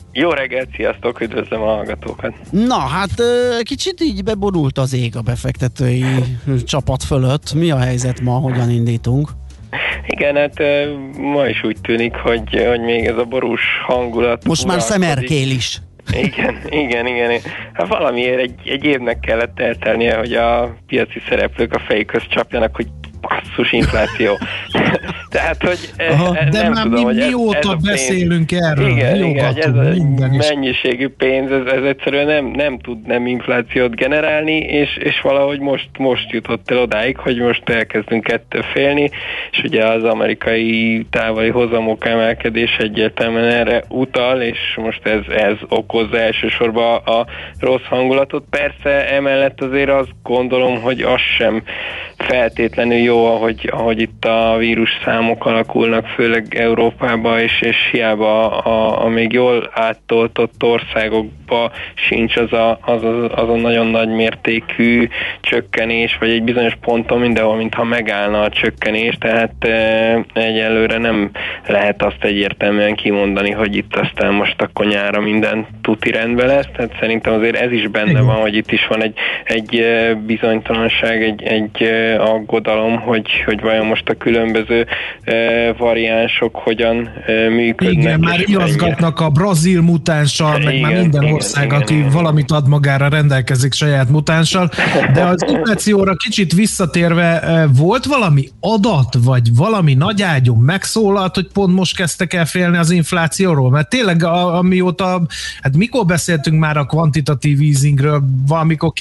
Jó reggelt, sziasztok, üdvözlöm a hallgatókat. Na, hát kicsit így beborult az ég a befektetői csapat fölött. Mi a helyzet ma, hogyan indítunk? Igen, hát ma is úgy tűnik, hogy még ez a borús hangulat... Most már szemerkél is. Igen. Hát valamiért egy évnek kellett eltelnie, hogy a piaci szereplők a fejükhöz csapjanak, hogy basszus infláció. Tehát, hogy de nem már tudom, hogy mióta beszélünk erről. Igen, hogy ez a mennyiségű pénz, ez egyszerűen nem tud nem inflációt generálni, és valahogy most jutott el odáig, hogy most elkezdünk ettől félni, és ugye az amerikai távoli hozamok emelkedés egyértelműen erre utal, és most ez okozza elsősorban a rossz hangulatot. Persze emellett azért azt gondolom, hogy az sem feltétlenül jó, ahogy itt a vírus számok alakulnak, főleg Európában, és hiába a még jól áttoltott országokban sincs az a nagyon nagy mértékű csökkenés, vagy egy bizonyos ponton mindenhol, mintha megállna a csökkenés, tehát egyelőre nem lehet azt egyértelműen kimondani, hogy itt aztán most akkor nyára minden tuti rendben lesz, tehát szerintem azért ez is benne van, hogy itt is van egy bizonytalanság, egy aggodalom, hogy vajon most a különböző variánsok hogyan működnek. Igen, már igazgatnak a brazil mutánssal, meg már minden ország, aki valamit ad magára, rendelkezik saját mutánssal, de az inflációra kicsit visszatérve volt valami adat, vagy valami nagyágyú megszólalt, hogy pont most kezdtek el félni az inflációról? Mert tényleg amióta, hát mikor beszéltünk már a kvantitatív easingről, valamikor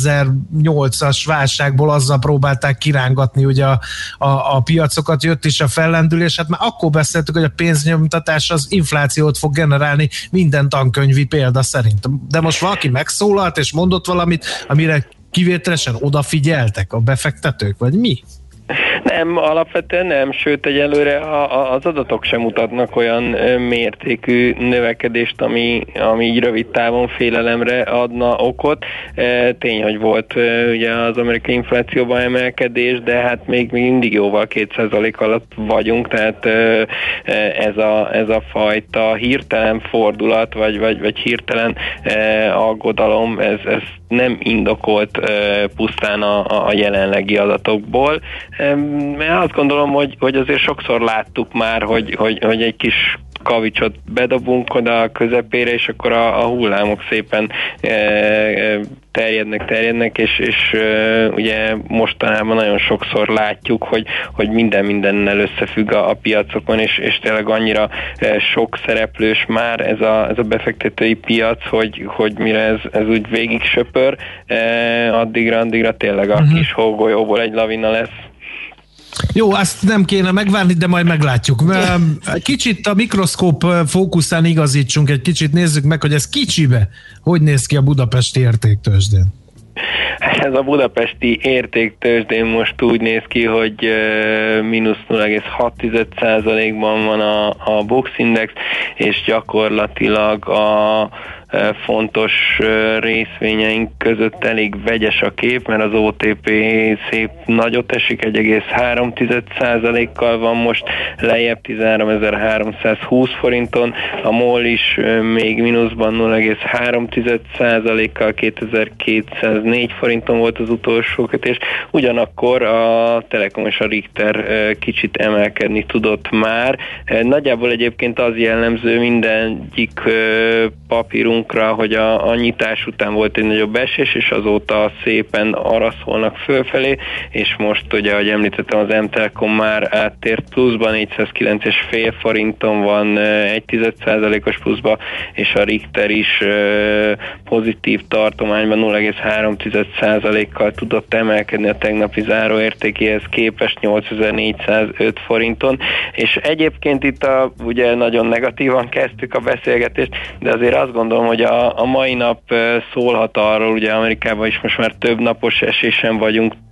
2008-as válságból azzal próbálták kirángatni ugye a piacokat, jött is a fellendülés, hát már akkor beszéltük, hogy a pénznyomtatás az inflációt fog generálni minden tankönyvi példa szerint. De most valaki megszólalt és mondott valamit, amire kivételesen odafigyeltek a befektetők, vagy mi? Nem, alapvetően nem, sőt egyelőre az adatok sem mutatnak olyan mértékű növekedést, ami így rövid távon félelemre adna okot. Tény, hogy volt ugye az amerikai inflációban emelkedés, de hát még mindig jóval 2% alatt vagyunk, tehát ez a fajta hirtelen fordulat, vagy hirtelen aggodalom, ez nem indokolt pusztán a jelenlegi adatokból. Azt gondolom, hogy azért sokszor láttuk már, hogy egy kis kavicsot bedobunk oda a közepére, és akkor a hullámok szépen terjednek, és ugye mostanában nagyon sokszor látjuk, hogy mindennel összefügg a piacokon, és tényleg annyira sok szereplős már ez a befektetői piac, hogy mire ez úgy végig söpör, addigra tényleg a kis hógolyóból egy lavina lesz. Jó, azt nem kéne megvárni, de majd meglátjuk. Kicsit a mikroszkóp fókuszán igazítsunk, egy kicsit nézzük meg, hogy ez kicsibe hogy néz ki a budapesti értéktőzsdén. Ez a budapesti értéktőzsdén most úgy néz ki, hogy mínusz 0,6%-ban van a Bux Index, és gyakorlatilag a fontos részvényeink között elég vegyes a kép, mert az OTP szép nagyot esik, 1,3%-kal van most lejjebb 13.320 forinton, a MOL is még mínuszban 0,3%-kal 2204 forinton volt az utolsó kötés, ugyanakkor a Telekom és a Richter kicsit emelkedni tudott már. Nagyjából egyébként az jellemző mindegyik papírunk, hogy a nyitás után volt egy nagyobb esés, és azóta szépen araszolnak fölfelé, és most ugye, ahogy említettem, az M-Telekom már áttért pluszban, 409,5 forinton van 1,1%-os pluszba, és a Richter is pozitív tartományban 0,3%-kal tudott emelkedni a tegnapi záróértékéhez képest 8405 forinton, és egyébként itt ugye nagyon negatívan kezdtük a beszélgetést, de azért azt gondolom, hogy a mai nap szólhat arról, ugye Amerikában is most már több napos esésen vagyunk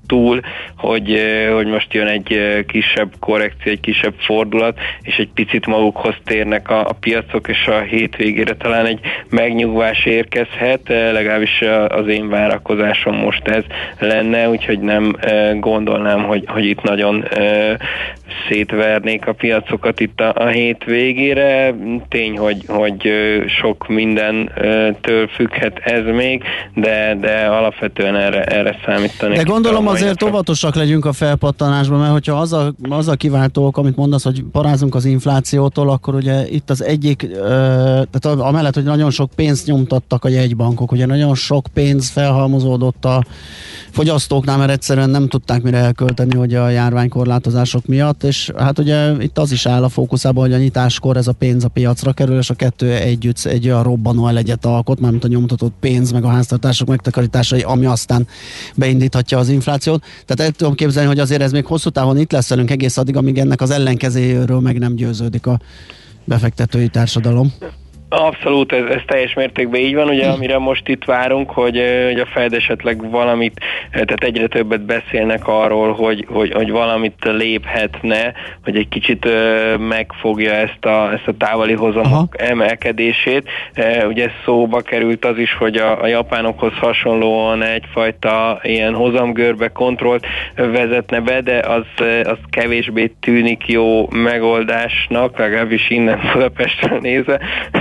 túl, hogy most jön egy kisebb korrekció, egy kisebb fordulat, és egy picit magukhoz térnek a piacok, és a hétvégére talán egy megnyugvás érkezhet, legalábbis az én várakozásom most ez lenne, úgyhogy nem gondolnám, hogy itt nagyon szétvernék a piacokat itt a hétvégére. Tény, hogy sok mindentől függhet ez még, de alapvetően erre számítanék. De gondolom azért óvatosak legyünk a felpattanásban, mert hogyha az a kiváltó ok, amit mondasz, hogy parázunk az inflációtól, akkor ugye itt az egyik, tehát amellett, hogy nagyon sok pénzt nyomtattak a jegybankok, ugye nagyon sok pénz felhalmozódott a fogyasztóknál, mert egyszerűen nem tudták mire elkölteni, hogy a járványkorlátozások miatt, és hát ugye itt az is áll a fókuszában, hogy a nyitáskor ez a pénz a piacra kerül, és a kettő együtt egy olyan robbanó elegyet alkot, mármint a nyomtatott pénz, meg a háztartások megtakarításai, ami aztán beindíthatja az inflációt. Tehát el tudom képzelni, hogy azért ez még hosszú távon itt lesz velünk egész addig, amíg ennek az ellenkezéről meg nem győződik a befektetői társadalom. Abszolút, ez teljes mértékben így van, ugye amire most itt várunk, hogy a Fed esetleg valamit, tehát egyre többet beszélnek arról, hogy valamit léphetne, hogy egy kicsit megfogja ezt a távoli hozamok emelkedését. Ugye szóba került az is, hogy a japánokhoz hasonlóan egyfajta ilyen hozamgörbe kontrollt vezetne be, de az kevésbé tűnik jó megoldásnak, legalábbis innen Budapestről nézve,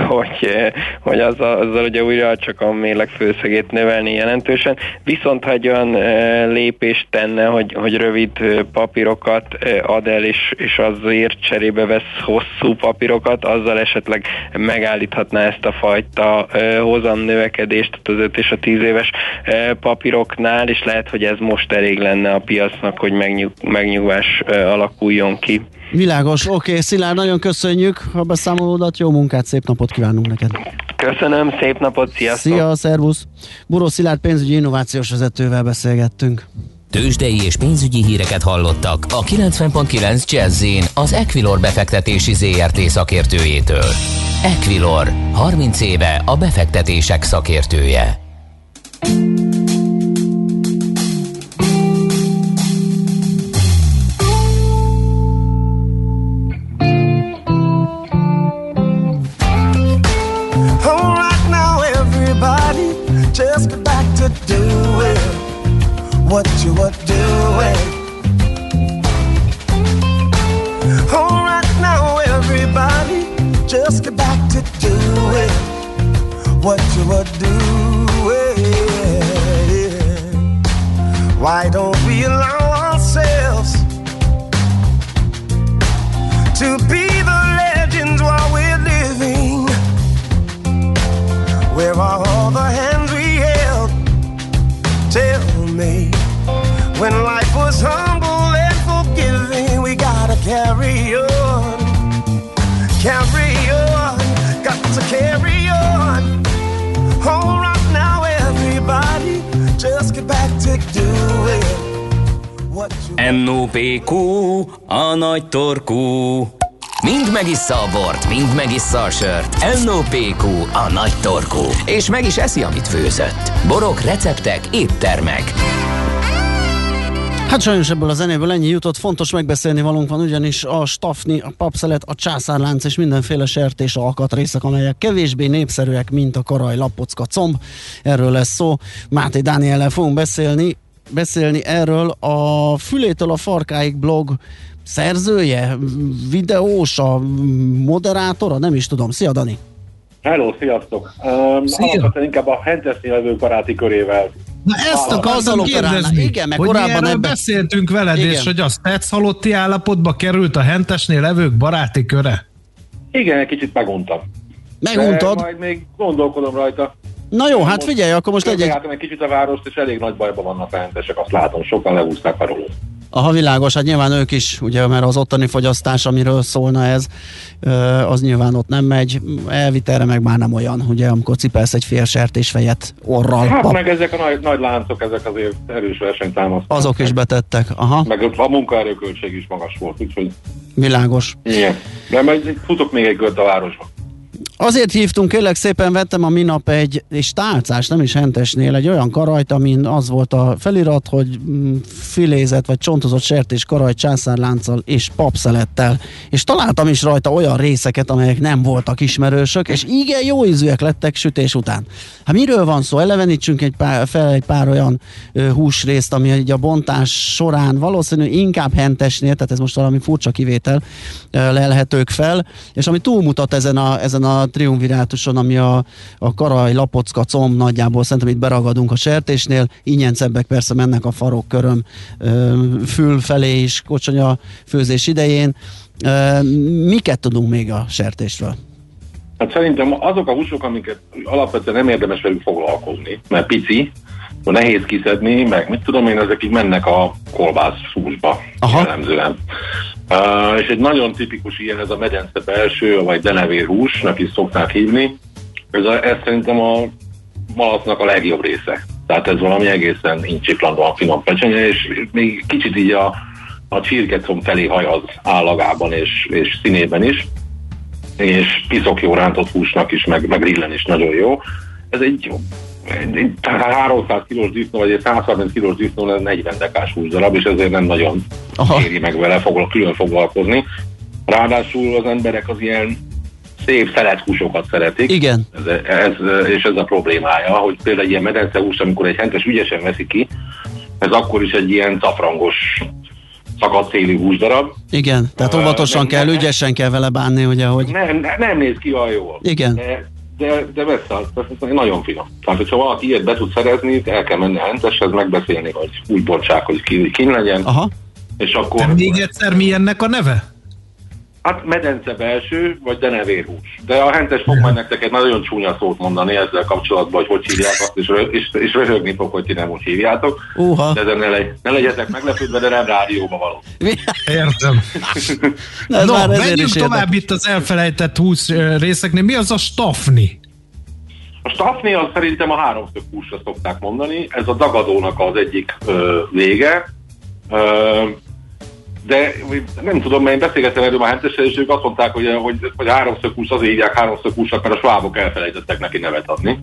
hogy azzal ugye újra csak a mérleg főszegét növelni jelentősen. Viszont ha egy olyan lépést tenne, hogy rövid papírokat ad el, és azért cserébe vesz hosszú papírokat, azzal esetleg megállíthatná ezt a fajta hozamnövekedést az 5 és a 10 éves papíroknál, és lehet, hogy ez most elég lenne a piacnak, hogy megnyugvás alakuljon ki. Világos, oké, Szilárd, nagyon köszönjük a beszámolódat, jó munkát, szép napot kívánunk neked. Köszönöm, szép napot, sziasztok! Szia, szervusz! Buró Szilárd pénzügyi innovációs vezetővel beszélgettünk. Tőzsdei és pénzügyi híreket hallottak a 90.9 Jazz-in az Equilor befektetési ZRT szakértőjétől. Equilor, 30 éve a befektetések szakértője. Just get back to doing what you were doing. All right now, everybody, just get back to doing what you were doing. Why don't we allow ourselves to be the legends while we're living? Where are all the hands we held? Tell me, when life was humble and forgiving, we gotta carry on, got to carry on. All right now, everybody, just get back to doing what you NOPQ, a nagy torkú. Mind megissza a bort, mind megissza a sört. NOPQ, a nagy torkú. És meg is eszi, amit főzött. Borok, receptek, éttermek. Hát sajnos ebből a zenéből ennyi jutott, fontos megbeszélni valunk van, ugyanis a stafni, a papszelet, a császárlánc és mindenféle sertés alkatrészek, amelyek kevésbé népszerűek, mint a karaj, lapocka, comb. Erről lesz szó. Máté Dániellel fogunk beszélni erről. A Fülétől a Farkáig blog szerzője, videós, a moderátora, nem is tudom. Szia, Dani! Hello, sziasztok! Alapvetően inkább a hentesnél levő baráti körével. Na ezt akartam kérdezni, igen, hogy korábban erről beszéltünk veled, igen. És hogy a tetsz halotti állapotba került a hentesnél levők baráti köre? Igen, egy kicsit meguntam. Meguntad? Majd még gondolkodom rajta. Na jó, hát figyelj, akkor most egy kicsit a várost, és elég nagy bajban vannak a hentesek, azt látom, sokan lehúzták a rólót. Aha, világos, hát nyilván ők is, ugye, mert az ottani fogyasztás, amiről szólna ez, az nyilván ott nem megy, elvitelre meg már nem olyan, ugye, amikor cipelsz egy fél sertésfejet orral. Hát meg ezek a nagy láncok, ezek azért erős versenyt támasztanak. Azok is betettek, aha. Meg a munkaerőköltség is magas volt, úgyhogy... Világos. Igen, de majd futok még egy kört a városba. Azért hívtunk, kérlek szépen, vettem a minap egy tálcás, nem is hentesnél, egy olyan karajt, amin az volt a felirat, hogy filézett vagy csontozott sertés karaj császárlánccal és papszelettel, és találtam is rajta olyan részeket, amelyek nem voltak ismerősök, és igen jó ízűek lettek sütés után. Hát miről van szó? Elevenítsünk egy pár olyan húsrészt, ami így a bontás során valószínű inkább hentesnél, tehát ez most valami furcsa kivétel, lelhetők fel, és ami túlmutat ezen a triumvirátuson, ami a karaj, lapocka, comb nagyjából szerintem itt beragadunk a sertésnél, ingyencebbek persze mennek a farok, köröm, fül felé is, kocsonya főzés idején. Miket tudunk még a sertésről? Hát szerintem azok a húsok, amiket alapvetően nem érdemes velük foglalkozni, mert pici, nehéz kiszedni, meg mit tudom én, ezek így mennek a kolbász húsba jellemzően. És egy nagyon tipikus ilyen, ez a medence belső, vagy denevér húsnak is szokták hívni. Ez szerintem a malacnak a legjobb része. Tehát ez valami egészen incsiklandóan finom pecsenye, és még kicsit így a csirkecomb felé hajaz állagában és színében is. És piszok jó rántott húsnak is, meg grillen is nagyon jó. Ez egy 300 kilós disznó, vagy egy 130 kilós disznó, ez 40 dekás húsdarab, és ezért nem nagyon éri meg vele külön foglalkozni. Ráadásul az emberek az ilyen szép szelethúsokat szeretik. Igen. És ez a problémája, hogy például egy ilyen medencehús, amikor egy hentes ügyesen veszi ki, ez akkor is egy ilyen safrangos, szakadt szélű húsdarab. Igen, tehát óvatosan kell, ügyesen kell vele bánni, ugye, hogy... Nem néz ki olyan jól. Igen. De messze, nagyon finom. Tehát, hogyha valaki ilyet be tud szerezni, el kell menni a henteshez, megbeszélni, hogy úgy bontsák, hogy kin legyen. Aha. És akkor... De még egyszer mi ennek a neve? Hát medence belső, vagy denevérhús. De a hentes fog majd nektek egy nagyon csúnya szót mondani ezzel kapcsolatban, hogy hívják azt, és röhögni fog, hogy ti nem úgy hívjátok. De ezen ne legyetek meglepődve, de nem rádióba való. Értem. No, menjünk tovább itt az elfelejtett hús részeknél. Mi az a stafni? A stafni az szerintem a háromszög húsra szokták mondani. Ez a dagadónak az egyik vége. De nem tudom, mert én beszélgettem erről a hentessel, és ők azt mondták, hogy háromszög hús, azért hívják háromszög húsnak, mert a svábok elfelejtettek neki nevet adni.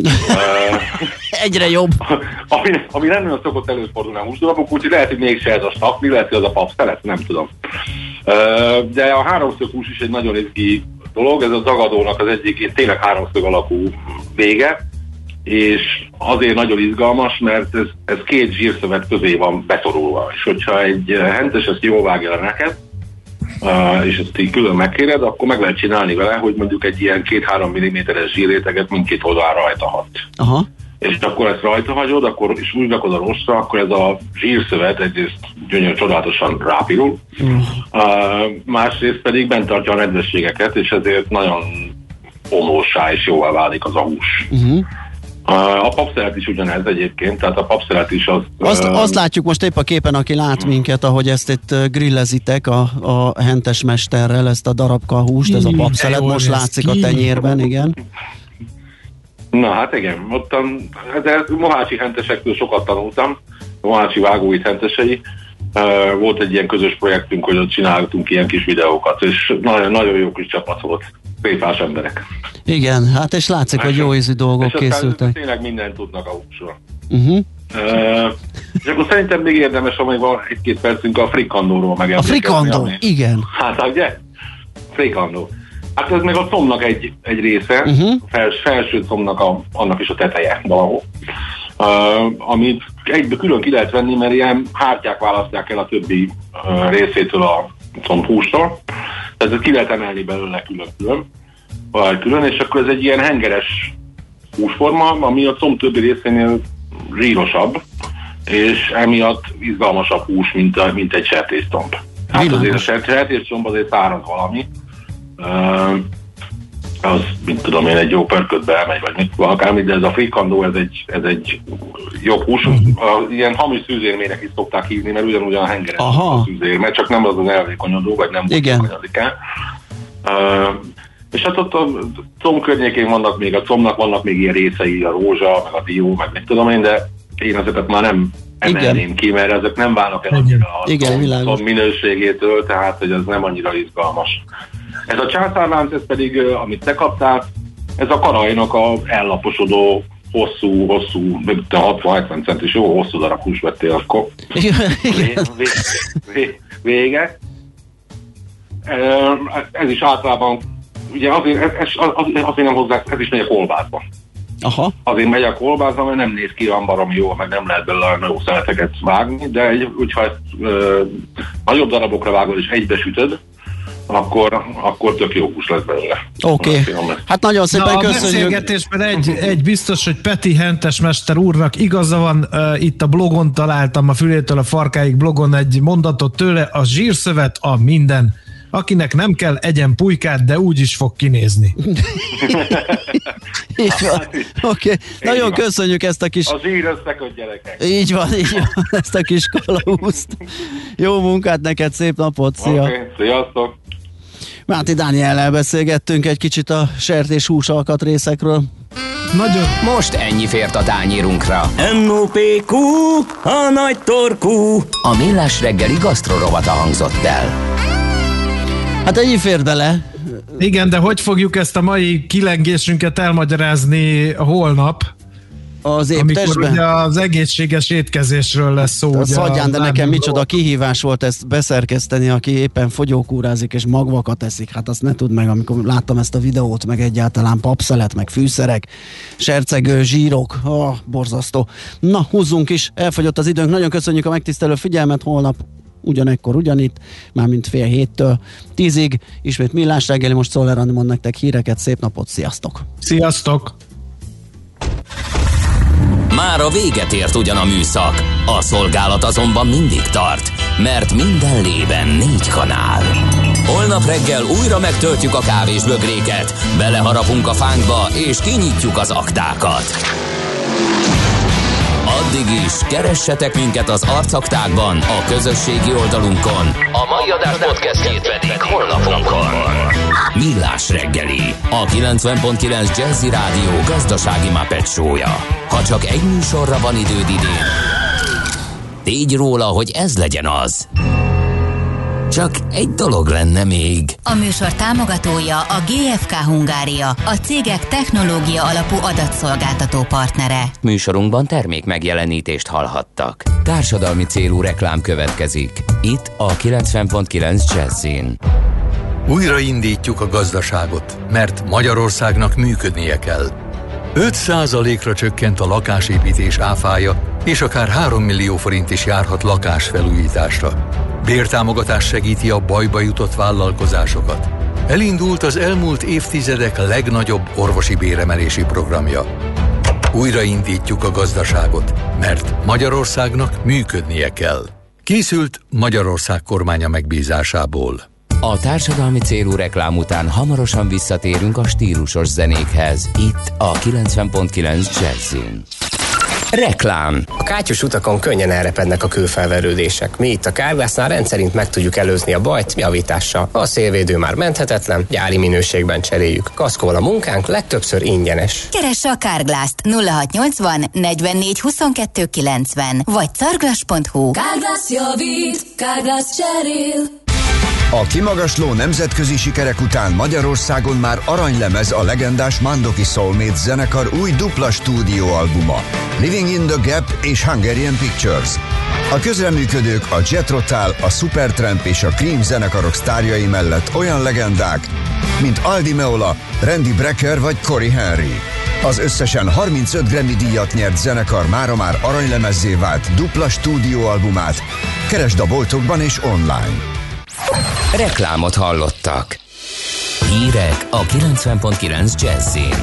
Egyre jobb. Ami nem nagyon szokott előfordulni a húsdarabok, úgyhogy lehet, hogy mégse ez a stafni, lehet, hogy az a papszelet, nem tudom. De a háromszög hús is egy nagyon izgi dolog, ez a dagadónak az egyik tényleg háromszög alakú vége, és azért nagyon izgalmas, mert ez két zsírszövet közé van betorulva, és hogyha egy hentes ezt jól vágja le neked, és ezt így külön megkéred, akkor meg lehet csinálni vele, hogy mondjuk egy ilyen 2-3 mm-es zsírréteget mindkét oldalán rajta hagy. Aha. És akkor ezt rajta hagyod, akkor, és úgy rakod a rostra, akkor ez a zsírszövet egyrészt gyönyörű, csodálatosan rápirul, másrészt pedig bent tartja a nedvességeket, és ezért nagyon omlósá és jóvá válik az a hús. A papszelet is ugyanez egyébként, tehát a papszelet is az... Azt látjuk most épp a képen, aki lát minket, ahogy ezt itt grillezitek a hentes mesterrel, ezt a darabka húst, ez a papszelet, most látszik a tenyérben, igen. Na hát igen, ottan, de mohácsi hentesektől sokat tanultam, mohácsi vágóit hentesei. Volt egy ilyen közös projektünk, hogy ott csináltunk ilyen kis videókat, és nagyon, nagyon jó kis csapat volt. Szépás emberek. Igen, hát és látszik, hogy jó ízű dolgok készültek. És tényleg mindent tudnak a húsról. És akkor szerintem még érdemes, amíg van egy-két percünk a frikandóról megemlékezni. A frikandó, igen. Hát ugye? Frikandó. Hát ez meg a combnak egy része, felső combnak annak is a teteje valahol. Amit egybe külön ki lehet venni, mert ilyen hártyák választják el a többi részétől a combhústól. Tehát ki lehet emelni belőle külön, és akkor ez egy ilyen hengeres húsforma, ami a comb többi részénél zsírosabb, és emiatt izgalmasabb hús, mint egy sertésztomb. Hát azért a sertésztomb azért száraz valami. Az, mint tudom én, egy jó pörködbe elmegy, vagy mit akármi, de ez a frikandó, ez egy jobb hús. Ilyen hamis szűzérmének is szokták hívni, mert ugyanúgy a hengeres szűzérme, csak nem az elvékonyodó, vagy nem vékonyodik el. És hát ott a comb környékén vannak még, a combnak vannak még ilyen részei, a rózsa, meg a dió, meg mit tudom én, de én ezeket már nem emelném ki, mert ezek nem válnak el annyira a comb minőségétől, tehát hogy ez nem annyira izgalmas. Ez a császárlánc, ez pedig, amit te kaptál, ez a karajnak a ellaposodó, hosszú, 60-70 centis, jó hosszú darab hús vettél, akkor vége. Ez is általában, ugye azért nem hozzák, ez is megy a kolbászba. Aha. Azért megy a kolbászba, mert nem néz ki olyan baromi jól, meg nem lehet belőle jó szeleteket vágni, de úgyha ezt nagyobb darabokra vágod és egybe sütöd, akkor tök jó hús lesz belőle. Oké. Hát nagyon szépen köszönjük. A beszélgetésben egy biztos, hogy Peti Hentes mester úrnak igaza van, itt a blogon találtam, a fülétől a farkáig blogon egy mondatot tőle, a zsírszövet a minden. Akinek nem kell, egyen pulykát, de úgy is fog kinézni. Így van. Oké. Nagyon köszönjük ezt a kis... A zsír összeköt, gyerekek. Így van, ezt a kis kalauzt. Jó munkát neked, szép napot, szia! Oké, sziasztok! Máté Dániellel beszélgettünk egy kicsit a sertés hús alkatrészekről. Nagyon. Most ennyi fért a tányérunkra. NOPQ, a nagy torkú. A Millás reggeli gasztrorovata hangzott el. Hát ennyi fér bele. Igen, de hogy fogjuk ezt a mai kilengésünket elmagyarázni holnap? Az amikor ugye az egészséges étkezésről lesz szó. Hagyján, de nekem micsoda kihívás volt ezt beszerkeszteni, aki éppen fogyókúrázik és magvakat eszik. Hát azt ne tudd meg, amikor láttam ezt a videót, meg egyáltalán papszelet, meg fűszerek, sercegő, zsírok. Borzasztó. Na, húzzunk is, elfogyott az időnk. Nagyon köszönjük a megtisztelő figyelmet, holnap ugyanekkor, ugyanitt, mármint 6:30-től 10-ig. Ismét Millás reggeli, most Szoller Andi mond nektek híreket, szép napot, sziasztok! Sziasztok! Már a véget ért ugyan a műszak, a szolgálat azonban mindig tart, mert minden lében 4 kanál. Holnap reggel újra megtöltjük a kávésbögréket, beleharapunk a fánkba és kinyitjuk az aktákat. Addig is keressetek minket az arcaktákban, a közösségi oldalunkon. A mai adás podcastjét pedig holnapunkon. Millás reggeli, a 90.9 Jazzy Rádió gazdasági Muppet show-ja. Ha csak egy műsorra van időd idén, tégy róla, hogy ez legyen az. Csak egy dolog lenne még. A műsor támogatója a GFK Hungária, a cégek technológia alapú adatszolgáltató partnere. Műsorunkban termék megjelenítést hallhattak. Társadalmi célú reklám következik. Itt a 90.9 Jazzin. Újraindítjuk a gazdaságot, mert Magyarországnak működnie kell. 5%-ra csökkent a lakásépítés áfája, és akár 3 millió forint is járhat lakásfelújításra. Bértámogatás segíti a bajba jutott vállalkozásokat. Elindult az elmúlt évtizedek legnagyobb orvosi béremelési programja. Újraindítjuk a gazdaságot, mert Magyarországnak működnie kell. Készült Magyarország kormánya megbízásából. A társadalmi célú reklám után hamarosan visszatérünk a stílusos zenékhez. Itt a 90.9 Jazzin. Reklám. A kátyus utakon könnyen elrepednek a kőfelverődések. Mi itt a Carglassnál rendszerint meg tudjuk előzni a bajt javítással. A szélvédő már menthetetlen, gyári minőségben cseréljük. Kaszkol a munkánk, legtöbbször ingyenes. Keresse a Carglass-t 0680 44 22 90 vagy carglass.hu. Carglass javít, Carglass cserél. A kimagasló nemzetközi sikerek után Magyarországon már aranylemez a legendás Mandoki Soulmates zenekar új dupla stúdióalbuma, Living in the Gap és Hungarian Pictures. A közreműködők a Jethro Tull, a Supertramp és a Cream zenekarok sztárjai mellett olyan legendák, mint Al Di Meola, Randy Brecker vagy Corey Henry. Az összesen 35 Grammy díjat nyert zenekar mára már aranylemezzé vált dupla stúdióalbumát keresd a boltokban és online. Reklámot hallottak. Hírek a 90.9 Jazzin.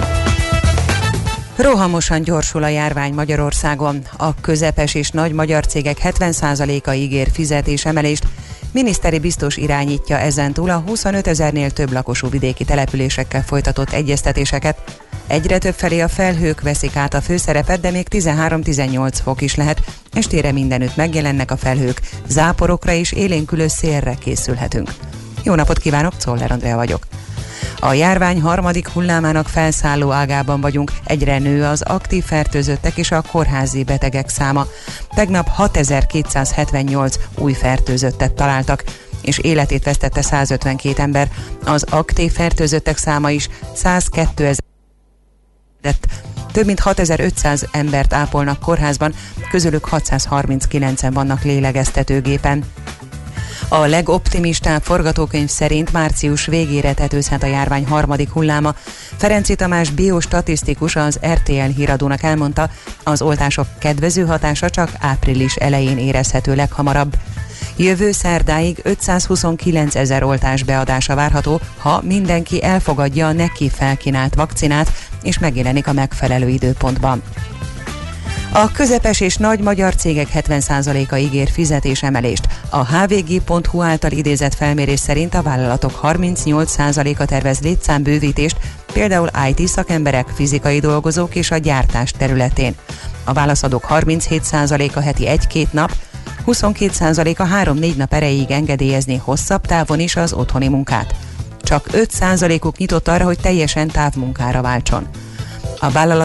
Rohamosan gyorsul a járvány Magyarországon. A közepes és nagy magyar cégek 70%-a ígér fizetésemelést. Miniszteri biztos irányítja ezentúl a 25 000-nél több lakosú vidéki településekkel folytatott egyeztetéseket. Egyre több felé a felhők veszik át a főszerepet, de még 13-18 fok is lehet. Estére mindenütt megjelennek a felhők, záporokra és élénkülő szélre készülhetünk. Jó napot kívánok, Czoller Andrea vagyok. A járvány harmadik hullámának felszálló ágában vagyunk, egyre nő az aktív fertőzöttek és a kórházi betegek száma. Tegnap 6278 új fertőzöttet találtak. és életét vesztette 152 ember. Az aktív fertőzöttek száma is 102 000. Több mint 6500 embert ápolnak kórházban, közülük 639-en vannak lélegeztetőgépen. A legoptimistább forgatókönyv szerint március végére tetőzhet a járvány harmadik hulláma. Ferenczy Tamás biostatisztikus az RTL híradónak elmondta, az oltások kedvező hatása csak április elején érezhető leghamarabb. Jövő szerdáig 529 000 oltás beadása várható, ha mindenki elfogadja a neki felkínált vakcinát, és megjelenik a megfelelő időpontban. A közepes és nagy magyar cégek 70%-a ígér fizetésemelést. A hvg.hu által idézett felmérés szerint a vállalatok 38%-a tervez létszámbővítést, például IT szakemberek, fizikai dolgozók és a gyártás területén. A válaszadók 37%-a heti 1-2 nap, 22%-a 3-4 nap erejéig engedélyezni hosszabb távon is az otthoni munkát. Csak 5%-uk nyitott arra, hogy teljesen távmunkára váltson. A vállalat